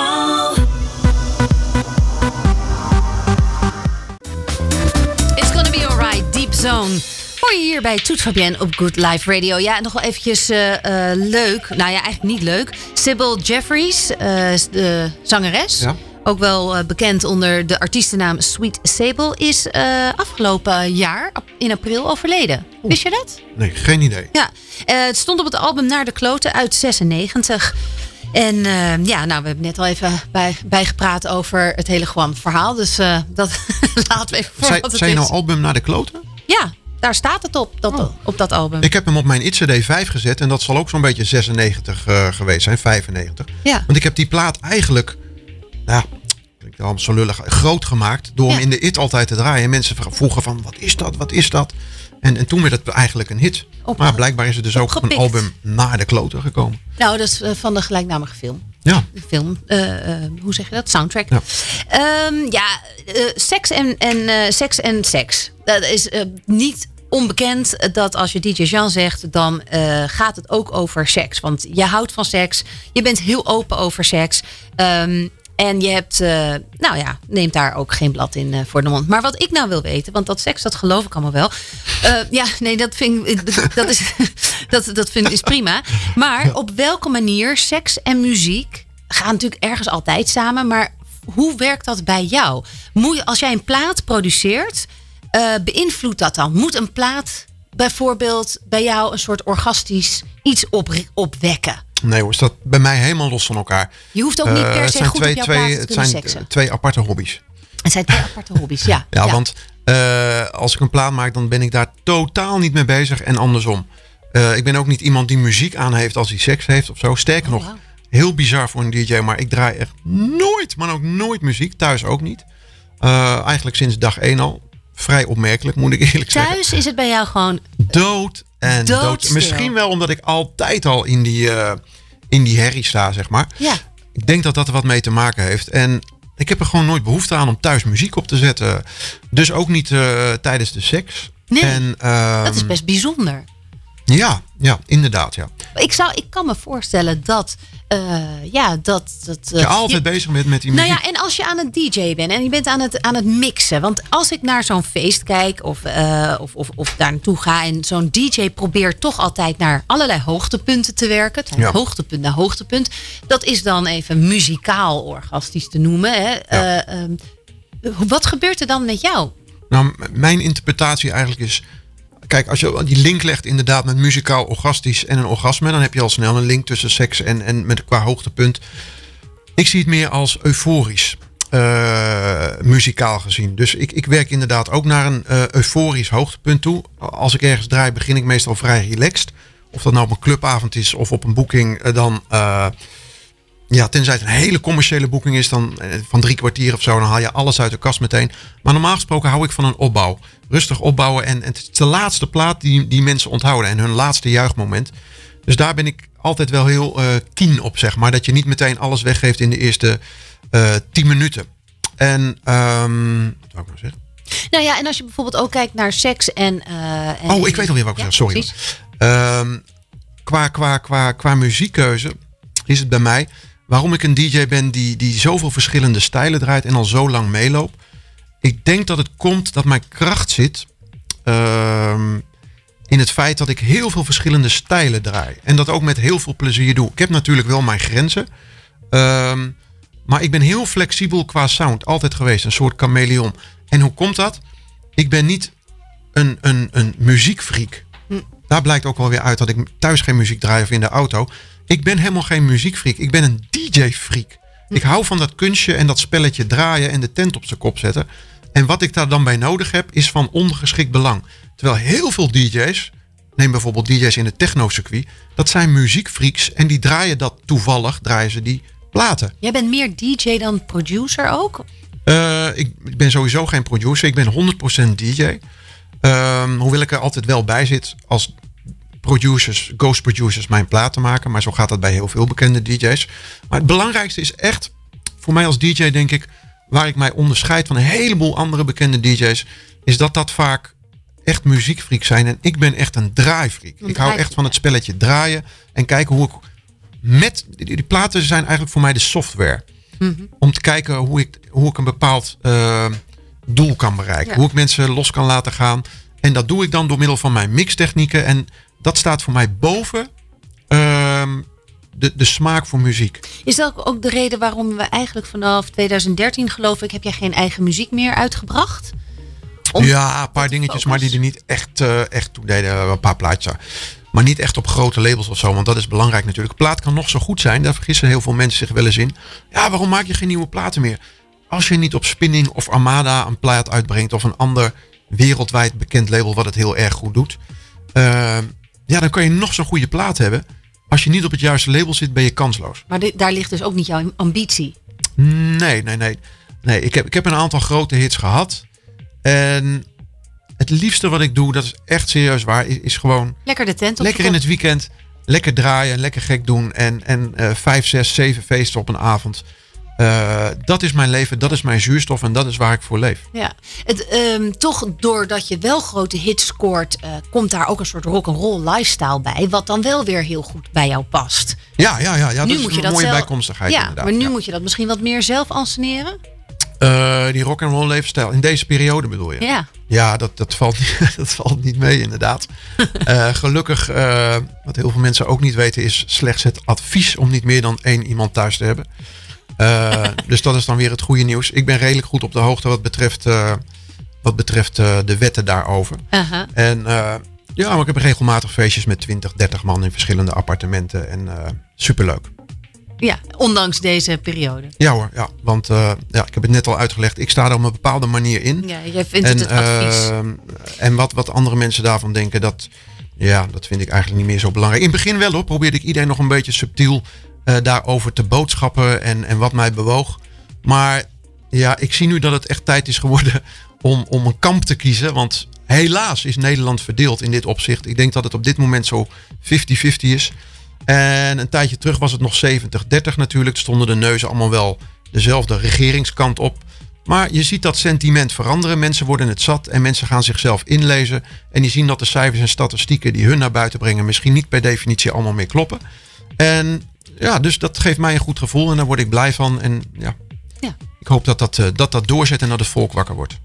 It's Gonna Be Alright, Deep Zone. Hoor je hier bij Toet Fabienne op Good Life Radio. Ja, nog wel eventjes uh, uh, leuk. Nou ja, eigenlijk niet leuk. Sybil Jeffries, uh, de zangeres. Ja. Ook wel uh, bekend onder de artiestennaam Sweet Sable. Is uh, afgelopen jaar in april overleden. Oeh. Wist je dat? Nee, geen idee. Ja, uh, het stond op het album Naar de Kloten uit zesennegentig. En uh, ja, nou, we hebben net al even bij, bijgepraat over het hele Juan verhaal. Dus uh, dat laten we even voor Zij, wat het Zijn je is. nou album Naar de Kloten? Ja. Daar staat het op, dat, oh. op dat album. Ik heb hem op mijn I T C D vijf gezet. En dat zal ook zo'n beetje zesennegentig uh, geweest zijn. vijfennegentig. Ja. Want ik heb die plaat eigenlijk... Nou, klinkt allemaal zo lullig. Groot gemaakt. Door ja. hem in de I T altijd te draaien. En mensen vroegen van, wat is dat? Wat is dat? En, en toen werd het eigenlijk een hit. Op, maar blijkbaar is het dus ook op een album Naar de Kloten gekomen. Nou, dat is uh, van de gelijknamige film. Ja. De film, uh, uh, hoe zeg je dat? Soundtrack. Ja, um, ja uh, seks en, en uh, seks en seks. Dat is uh, niet onbekend dat als je D J Jean zegt, dan uh, gaat het ook over seks. Want je houdt van seks. Je bent heel open over seks. Um, en je hebt, uh, nou ja, neemt daar ook geen blad in uh, voor de mond. Maar wat ik nou wil weten, want dat seks, dat geloof ik allemaal wel. Uh, ja, nee, dat vind ik, dat is, dat, dat vind ik is prima. Maar op welke manier seks en muziek gaan natuurlijk ergens altijd samen. Maar hoe werkt dat bij jou? Moet je, als jij een plaat produceert, uh, beïnvloedt dat dan? Moet een plaat bijvoorbeeld bij jou een soort orgastisch iets op, opwekken? Nee hoor, is dat bij mij helemaal los van elkaar. Je hoeft ook niet per uh, se goed twee, op jouw twee, plaat te het kunnen zijn seksen. twee aparte hobby's. Het zijn twee aparte hobby's, ja. Ja, ja. want uh, als ik een plaat maak, dan ben ik daar totaal niet mee bezig en andersom. Uh, ik ben ook niet iemand die muziek aan heeft als hij seks heeft of zo. Sterker oh, nog, wow. heel bizar voor een D J, maar ik draai echt nooit, maar ook nooit muziek. Thuis ook niet. Uh, eigenlijk sinds dag één al. Vrij opmerkelijk, moet ik eerlijk Thuis zeggen. Thuis is het bij jou gewoon dood en dood. dood. Misschien wel omdat ik altijd al in die, uh, in die herrie sta, zeg maar. Ja. Ik denk dat dat er wat mee te maken heeft. En ik heb er gewoon nooit behoefte aan om thuis muziek op te zetten. Dus ook niet uh, tijdens de seks. Nee, en, uh, dat is best bijzonder. Ja, ja, inderdaad, ja. Ik, zou, ik kan me voorstellen dat... Uh, ja, dat... dat uh, je altijd je, bezig bent met die nou muziek. ja, en als je aan het D J bent en je bent aan het, aan het mixen. Want als ik naar zo'n feest kijk of, uh, of, of, of daar naartoe ga... en zo'n D J probeert toch altijd naar allerlei hoogtepunten te werken. Het ja. Hoogtepunt naar hoogtepunt. Dat is dan even muzikaal orgastisch te noemen. Hè. Ja. Uh, um, wat gebeurt er dan met jou? Nou, m- mijn interpretatie eigenlijk is... Kijk, als je die link legt inderdaad met muzikaal, orgastisch en een orgasme... dan heb je al snel een link tussen seks en, en met qua hoogtepunt. Ik zie het meer als euforisch, uh, muzikaal gezien. Dus ik, ik werk inderdaad ook naar een uh, euforisch hoogtepunt toe. Als ik ergens draai, begin ik meestal vrij relaxed. Of dat nou op een clubavond is of op een boeking, uh, dan... Uh, Ja, tenzij het een hele commerciële boeking is, dan van drie kwartier of zo, dan haal je alles uit de kast meteen. Maar normaal gesproken hou ik van een opbouw. Rustig opbouwen en, en het is de laatste plaat die, die mensen onthouden en hun laatste juichmoment. Dus daar ben ik altijd wel heel uh, keen op, zeg maar. Dat je niet meteen alles weggeeft in de eerste uh, tien minuten. En, um, wat wou ik nou zeggen? Nou ja, en als je bijvoorbeeld ook kijkt naar seks en... Uh, en oh, ik weet alweer wat ik ja, zeg, sorry. Um, qua, qua, qua, qua muziekkeuze is het bij mij... Waarom ik een D J ben die, die zoveel verschillende stijlen draait en al zo lang meeloopt. Ik denk dat het komt dat mijn kracht zit uh, in het feit dat ik heel veel verschillende stijlen draai. En dat ook met heel veel plezier doe. Ik heb natuurlijk wel mijn grenzen. Uh, maar ik ben heel flexibel qua sound. Altijd geweest. Een soort chameleon. En hoe komt dat? Ik ben niet een, een, een muziekfreak. Hm. Daar blijkt ook wel weer uit dat ik thuis geen muziek draai of in de auto. Ik ben helemaal geen muziekfreak. Ik ben een D J-freak. Ik hou van dat kunstje en dat spelletje draaien en de tent op zijn kop zetten. En wat ik daar dan bij nodig heb, is van ondergeschikt belang. Terwijl heel veel D J's, neem bijvoorbeeld D J's in het techno-circuit, dat zijn muziekfreaks en die draaien dat toevallig, draaien ze die platen. Jij bent meer D J dan producer ook? Uh, ik, ik ben sowieso geen producer. Ik ben honderd procent D J. Uh, hoewel ik er altijd wel bij zit als producers, ghost producers mijn platen maken. Maar zo gaat dat bij heel veel bekende D J's. Maar het belangrijkste is echt, voor mij als D J denk ik, waar ik mij onderscheid van een heleboel andere bekende D J's, is dat dat vaak echt muziekfreaks zijn. En ik ben echt een draaifreak. Ik hou echt van het spelletje draaien en kijken hoe ik met... Die, die platen zijn eigenlijk voor mij de software. Mm-hmm. Om te kijken hoe ik, hoe ik een bepaald uh, doel kan bereiken. Ja. Hoe ik mensen los kan laten gaan. En dat doe ik dan door middel van mijn mixtechnieken. En dat staat voor mij boven uh, de, de smaak voor muziek. Is dat ook de reden waarom we eigenlijk vanaf twintig dertien, geloof ik, heb jij geen eigen muziek meer uitgebracht? Om ja, een paar dingetjes, maar die er niet echt, uh, echt toe deden. Een paar plaatjes. Maar niet echt op grote labels of zo. Want dat is belangrijk natuurlijk. Een plaat kan nog zo goed zijn. Daar vergissen heel veel mensen zich wel eens in. Ja, waarom maak je geen nieuwe platen meer? Als je niet op Spinning of Armada een plaat uitbrengt. Of een ander wereldwijd bekend label wat het heel erg goed doet. Uh, ja, dan kan je nog zo'n goede plaat hebben. Als je niet op het juiste label zit, ben je kansloos. Maar de, daar ligt dus ook niet jouw ambitie? Nee, nee, nee. nee ik, heb, ik heb een aantal grote hits gehad. En het liefste wat ik doe, dat is echt serieus waar, is, is gewoon... Lekker de tent op lekker in het weekend, lekker draaien, lekker gek doen. En, en uh, vijf, zes, zeven feesten op een avond. Uh, dat is mijn leven, dat is mijn zuurstof en dat is waar ik voor leef. Ja, het, um, toch doordat je wel grote hits scoort, uh, komt daar ook een soort rock'n'roll lifestyle bij. Wat dan wel weer heel goed bij jou past. Ja, ja, ja, ja nu dat moet is je een dat mooie zelf... bijkomstigheid ja, inderdaad. maar nu ja. moet je dat misschien wat meer zelf anseneren? Uh, die rock'n'roll levensstijl, in deze periode bedoel je? Ja. Ja, dat, dat, valt, niet, dat valt niet mee inderdaad. uh, gelukkig, uh, wat heel veel mensen ook niet weten, is slechts het advies om niet meer dan één iemand thuis te hebben. Uh, dus dat is dan weer het goede nieuws. Ik ben redelijk goed op de hoogte wat betreft, uh, wat betreft uh, de wetten daarover. Uh-huh. En uh, ja, maar ik heb regelmatig feestjes met twintig, dertig man in verschillende appartementen. En uh, superleuk. Ja, ondanks deze periode. Ja hoor, ja, want uh, ja, ik heb het net al uitgelegd. Ik sta er op een bepaalde manier in. Ja, jij vindt en, het het advies. Uh, en wat, wat andere mensen daarvan denken, dat, ja, dat vind ik eigenlijk niet meer zo belangrijk. In het begin wel hoor, probeerde ik iedereen nog een beetje subtiel uh, daarover te boodschappen en, en wat mij bewoog. Maar ja, ik zie nu dat het echt tijd is geworden om, om een kamp te kiezen. Want helaas is Nederland verdeeld in dit opzicht. Ik denk dat het op dit moment zo vijftig vijftig is. En een tijdje terug was het nog zeventig dertig natuurlijk. Er stonden de neuzen allemaal wel dezelfde regeringskant op. Maar je ziet dat sentiment veranderen. Mensen worden het zat en mensen gaan zichzelf inlezen. En die zien dat de cijfers en statistieken die hun naar buiten brengen misschien niet per definitie allemaal meer kloppen. En ja, dus dat geeft mij een goed gevoel en daar word ik blij van. En ja, Ja. ik hoop dat dat, uh, dat dat doorzet en dat het volk wakker wordt.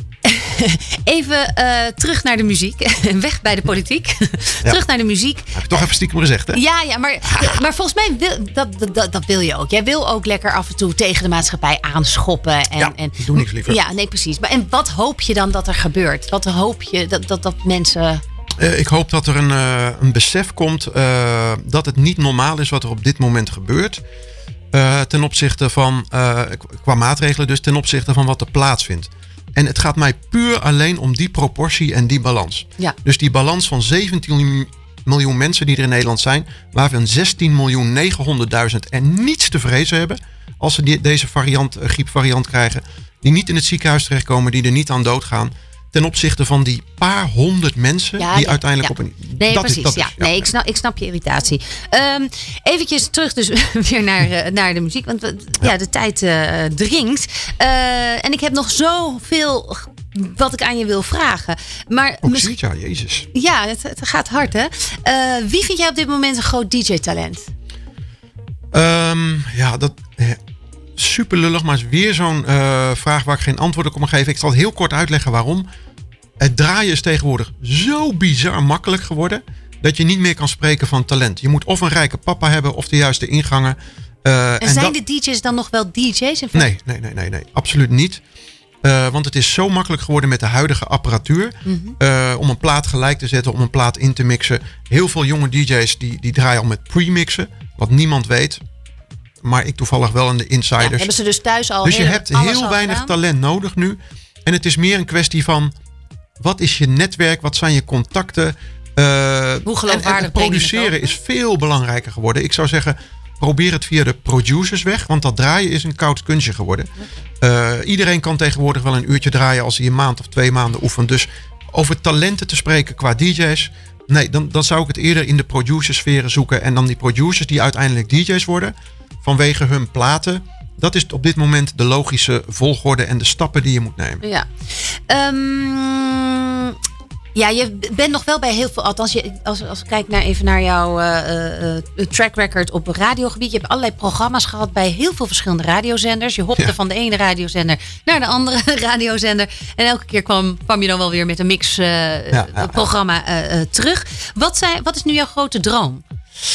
Even uh, terug naar de muziek. Weg bij de politiek. Ja. Terug naar de muziek. Heb je toch even stiekem gezegd, hè? Ja, ja maar, maar volgens mij wil dat, dat, dat wil je ook. Jij wil ook lekker af en toe tegen de maatschappij aanschoppen. En, Ja, en, ik doe niks liever. Ja, nee, precies. Maar, en wat hoop je dan dat er gebeurt? Wat hoop je dat, dat, dat mensen... Uh, ik hoop dat er een, uh, een besef komt uh, dat het niet normaal is wat er op dit moment gebeurt. Uh, ten opzichte van, uh, qua maatregelen dus, ten opzichte van wat er plaatsvindt. En het gaat mij puur alleen om die proportie en die balans. Ja. Dus die balans van zeventien miljoen mensen die er in Nederland zijn, waarvan zestien miljoen negenhonderdduizend er niets te vrezen hebben als ze die, deze variant, uh, griepvariant krijgen, die niet in het ziekenhuis terechtkomen, die er niet aan doodgaan. Ten opzichte van die paar honderd mensen Ja, die ja, uiteindelijk ja. op een... Nee, dat precies. Is, dat ja. is, ja. Nee, ik snap, ik snap je irritatie. Um, eventjes terug dus weer naar, uh, naar de muziek. Want we, ja. ja, de tijd uh, dringt. Uh, en ik heb nog zoveel wat ik aan je wil vragen. Maar Ook misschien, zoiets, ja, jezus. ja, het, het gaat hard, hè? Uh, wie vind jij op dit moment een groot D J-talent? Um, ja, dat... Super lullig, maar is weer zo'n uh, vraag waar ik geen antwoord op kan geven. Ik zal het heel kort uitleggen waarom. Het draaien is tegenwoordig zo bizar makkelijk geworden dat je niet meer kan spreken van talent. Je moet of een rijke papa hebben of de juiste ingangen. Uh, en, en zijn dat... de D J's dan nog wel D J's? In nee, nee, nee, nee, nee, absoluut niet. Uh, want het is zo makkelijk geworden met de huidige apparatuur. Mm-hmm. Uh, om een plaat gelijk te zetten, om een plaat in te mixen. Heel veel jonge D J's die, die draaien al met pre-mixen. Wat niemand weet. Maar ik toevallig wel in de insiders. Ja, hebben ze dus thuis al Dus je heel, hebt heel weinig gedaan. talent nodig nu. En het is meer een kwestie van... Wat is je netwerk? Wat zijn je contacten? Uh, Hoe geloofwaardig en, en het produceren het is veel belangrijker geworden. Ik zou zeggen, probeer het via de producers weg. Want dat draaien is een koud kunstje geworden. Uh, iedereen kan tegenwoordig wel een uurtje draaien... als hij een maand of twee maanden oefent. Dus over talenten te spreken qua D J's... Nee, dan, dan zou ik het eerder in de producersferen zoeken. En dan die producers die uiteindelijk D J's worden... vanwege hun platen. Dat is op dit moment de logische volgorde en de stappen die je moet nemen. Ja, um, ja je bent nog wel bij heel veel... Althans, je, als, als ik kijk naar, even naar jouw uh, uh, track record op radiogebied. Je hebt allerlei programma's gehad bij heel veel verschillende radiozenders. Je hopte ja. van de ene radiozender naar de andere radiozender. En elke keer kwam, kwam je dan wel weer met een mix uh, ja, ja, programma uh, uh, terug. Wat, zijn, wat is nu jouw grote droom?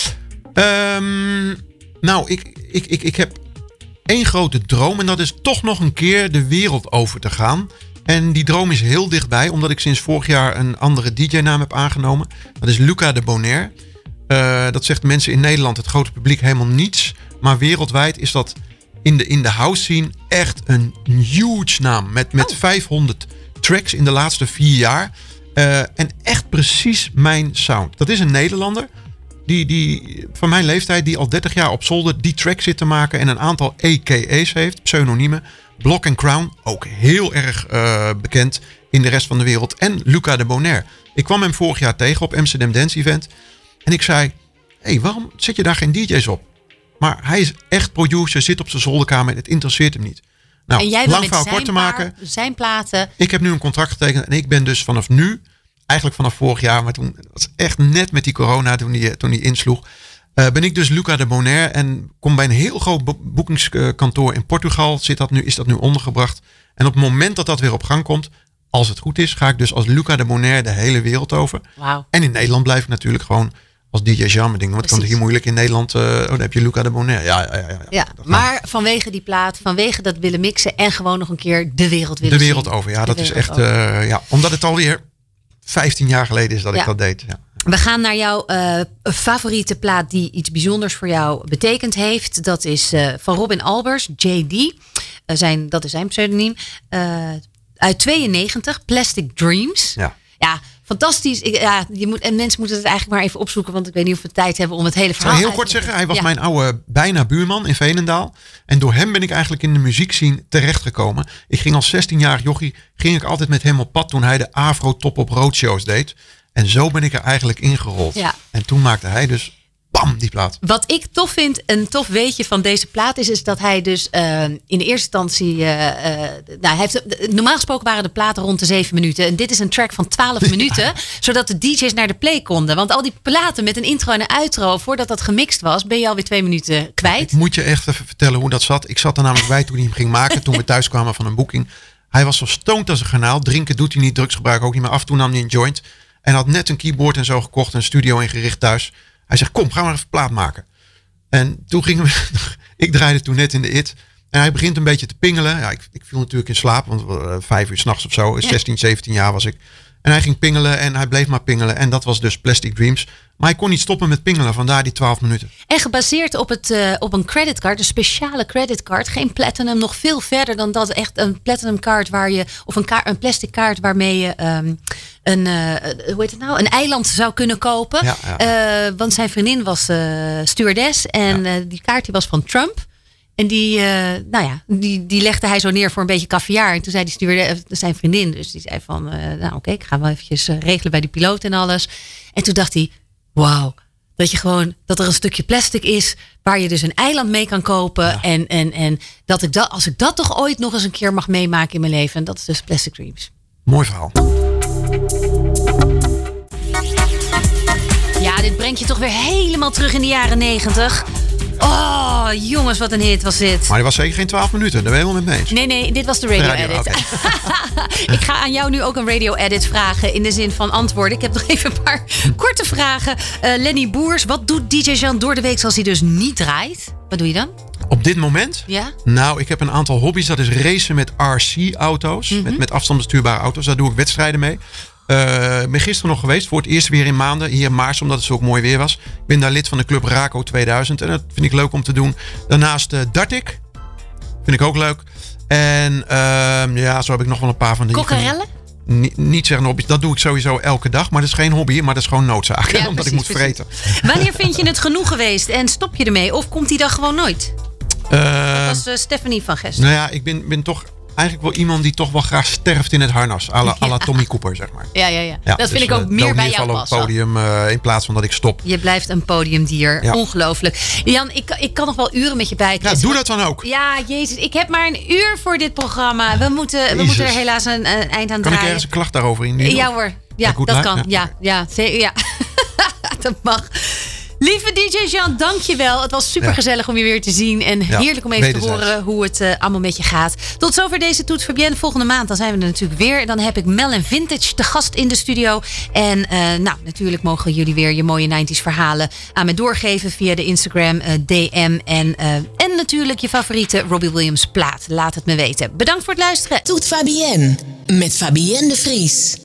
Um, nou, ik... Ik, ik, ik heb één grote droom en dat is toch nog een keer de wereld over te gaan. En die droom is heel dichtbij, omdat ik sinds vorig jaar een andere D J-naam heb aangenomen. Dat is Luca de Bonaire. Uh, dat zegt mensen in Nederland, het grote publiek, helemaal niets. Maar wereldwijd is dat in de, in de house scene echt een huge naam. Met, met oh. vijfhonderd tracks in de laatste vier jaar. Uh, en echt precies mijn sound. Dat is een Nederlander. Die, die van mijn leeftijd, die al dertig jaar op zolder die track zit te maken en een aantal A K A's heeft, pseudoniemen. Block and Crown, ook heel erg uh, bekend in de rest van de wereld. En Luca de Bonaire. Ik kwam hem vorig jaar tegen op Amsterdam Dance Event. En ik zei, hé, hey, waarom zet je daar geen D J's op? Maar hij is echt producer, zit op zijn zolderkamer en het interesseert hem niet. Nou, en jij lang verhaal kort te maken. Zijn platen. Ik heb nu een contract getekend en ik ben dus vanaf nu... Eigenlijk vanaf vorig jaar, maar toen was echt net met die corona, toen die, toen die insloeg. Uh, ben ik dus Luca de Bonaire en kom bij een heel groot bo- boekingskantoor in Portugal. Zit dat nu, is dat nu ondergebracht. En op het moment dat dat weer op gang komt, als het goed is, ga ik dus als Luca de Bonaire de hele wereld over. Wow. En in Nederland blijf ik natuurlijk gewoon als D J Jean mijn ding. Want het kan hier moeilijk in Nederland. Uh, oh, dan heb je Luca de Bonaire. Ja, ja, ja. ja, ja maar vanwege die plaat, vanwege dat willen mixen en gewoon nog een keer de wereld willen De wereld zien. over, ja. De dat is echt, uh, ja, omdat het alweer vijftien jaar geleden is dat ja. ik dat deed. Ja. We gaan naar jouw uh, favoriete plaat die iets bijzonders voor jou betekend heeft. Dat is uh, van Robin Albers, J D. Uh, zijn, dat is zijn pseudoniem. Uh, uit tweeënnegentig, Plastic Dreams. Ja. Ja, fantastisch. Ik, ja, je moet, en mensen moeten het eigenlijk maar even opzoeken. Want ik weet niet of we tijd hebben om het hele verhaal uit te heel kort zeggen, hij was ja. mijn oude bijna buurman in Veenendaal. En door hem ben ik eigenlijk in de muziekscene terechtgekomen. Ik ging als zestienjarig jochie, ging ik altijd met hem op pad toen hij de Afro Top op Roadshows deed. En zo ben ik er eigenlijk ingerold. Ja. En toen maakte hij dus bam, die plaat. Wat ik tof vind, een tof weetje van deze plaat is, is dat hij dus uh, in de eerste instantie, uh, uh, nou, hij heeft, normaal gesproken waren de platen rond de zeven minuten. En dit is een track van twaalf minuten, ja. Zodat de D J's naar de play konden. Want al die platen met een intro en een outro, voordat dat gemixt was, ben je alweer twee minuten kwijt. Ik moet je echt even vertellen hoe dat zat. Ik zat er namelijk bij toen hij hem ging maken, toen we thuis kwamen van een boeking. Hij was zo stoned als een garnaal. Drinken doet hij niet, drugs gebruiken ook niet meer. Af en toe nam hij een joint. En had net een keyboard en zo gekocht, een studio ingericht thuis. Hij zegt, kom, gaan we even plaat maken. En toen gingen we, ik draaide toen net in de it. En hij begint een beetje te pingelen. Ja, ik, ik viel natuurlijk in slaap, want uh, vijf uur 's nachts of zo. Ja. zestien, zeventien jaar was ik. En hij ging pingelen en hij bleef maar pingelen. En dat was dus Plastic Dreams. Maar hij kon niet stoppen met pingelen, vandaar die twaalf minuten. En gebaseerd op, het, uh, op een creditcard, een speciale creditcard. Geen platinum, nog veel verder dan dat. Echt een platinum card waar je, of een, kaart, een plastic kaart waarmee je um, een, uh, hoe heet het nou? een eiland zou kunnen kopen. Ja, ja. Uh, want zijn vriendin was uh, stewardess en ja. uh, die kaart die was van Trump. En die, uh, nou ja, die, die legde hij zo neer voor een beetje caviar. En toen zei die stewardess, zijn vriendin, dus die zei van, uh, nou oké, okay, ik ga wel eventjes uh, regelen bij die piloot en alles. En toen dacht hij, wauw, dat je gewoon, dat er een stukje plastic is waar je dus een eiland mee kan kopen. Ja. En, en, en dat ik dat, als ik dat toch ooit nog eens een keer mag meemaken in mijn leven. En dat is dus Plastic Dreams. Mooi verhaal. Ja, dit brengt je toch weer helemaal terug in de jaren negentig. Oh, jongens, wat een hit was dit. Maar die was zeker geen twaalf minuten, daar ben je helemaal met me eens. Nee, nee, dit was de radio, radio edit. Okay. Ik ga aan jou nu ook een radio edit vragen in de zin van antwoorden. Ik heb nog even een paar korte vragen. Uh, Lenny Boers, wat doet D J Jean door de week als hij dus niet draait? Wat doe je dan? Op dit moment? Ja? Nou, ik heb een aantal hobby's. Dat is racen met R C-auto's. Mm-hmm. Met, met afstandsbestuurbare auto's. Daar doe ik wedstrijden mee. Uh, ik ben gisteren nog geweest. Voor het eerst weer in maanden. Hier in Maars, omdat het zo ook mooi weer was. Ik ben daar lid van de club Raco tweeduizend. En dat vind ik leuk om te doen. Daarnaast uh, dart ik. Vind ik ook leuk. En uh, ja, zo heb ik nog wel een paar van die... Kokkerellen? Niet, niet zeggen hobby's. Dat doe ik sowieso elke dag. Maar dat is geen hobby, maar dat is gewoon noodzaak. Ja, omdat precies, ik moet precies. vreten. Wanneer vind je het genoeg geweest? En stop je ermee? Of komt die dag gewoon nooit? Uh, dat was uh, Stephanie van Gest. Nou ja, ik ben, ben toch... eigenlijk wel iemand die toch wel graag sterft in het harnas. À la, ja. à la Tommy Cooper, zeg maar. Ja, ja, ja. ja dat vind dus, ik ook uh, meer bij jou passen. passen. op het podium uh, in plaats van dat ik stop. Je blijft een podiumdier. Ja. Ongelooflijk. Jan, ik, ik kan nog wel uren met je bijkletsen. Ja, doe dat dan ook. Ja, jezus. Ik heb maar een uur voor dit programma. We moeten, we moeten er helaas een, een eind aan kan draaien. Kan ik ergens een klacht daarover indienen? Ja hoor. Ja, dat live? kan. Ja, ja, ja, ja. Dat mag. Lieve D J Jean, dank je wel. Het was super gezellig ja. om je weer te zien. En ja, heerlijk om even te horen hoe het uh, allemaal met je gaat. Tot zover deze Toets Fabienne. Volgende maand dan zijn we er natuurlijk weer. Dan heb ik Mel en Vintage te gast in de studio. En uh, nou, natuurlijk mogen jullie weer je mooie nineties verhalen aan me doorgeven via de Instagram uh, D M. En, uh, en natuurlijk je favoriete Robbie Williams plaat. Laat het me weten. Bedankt voor het luisteren. Toet Fabienne met Fabienne de Vries.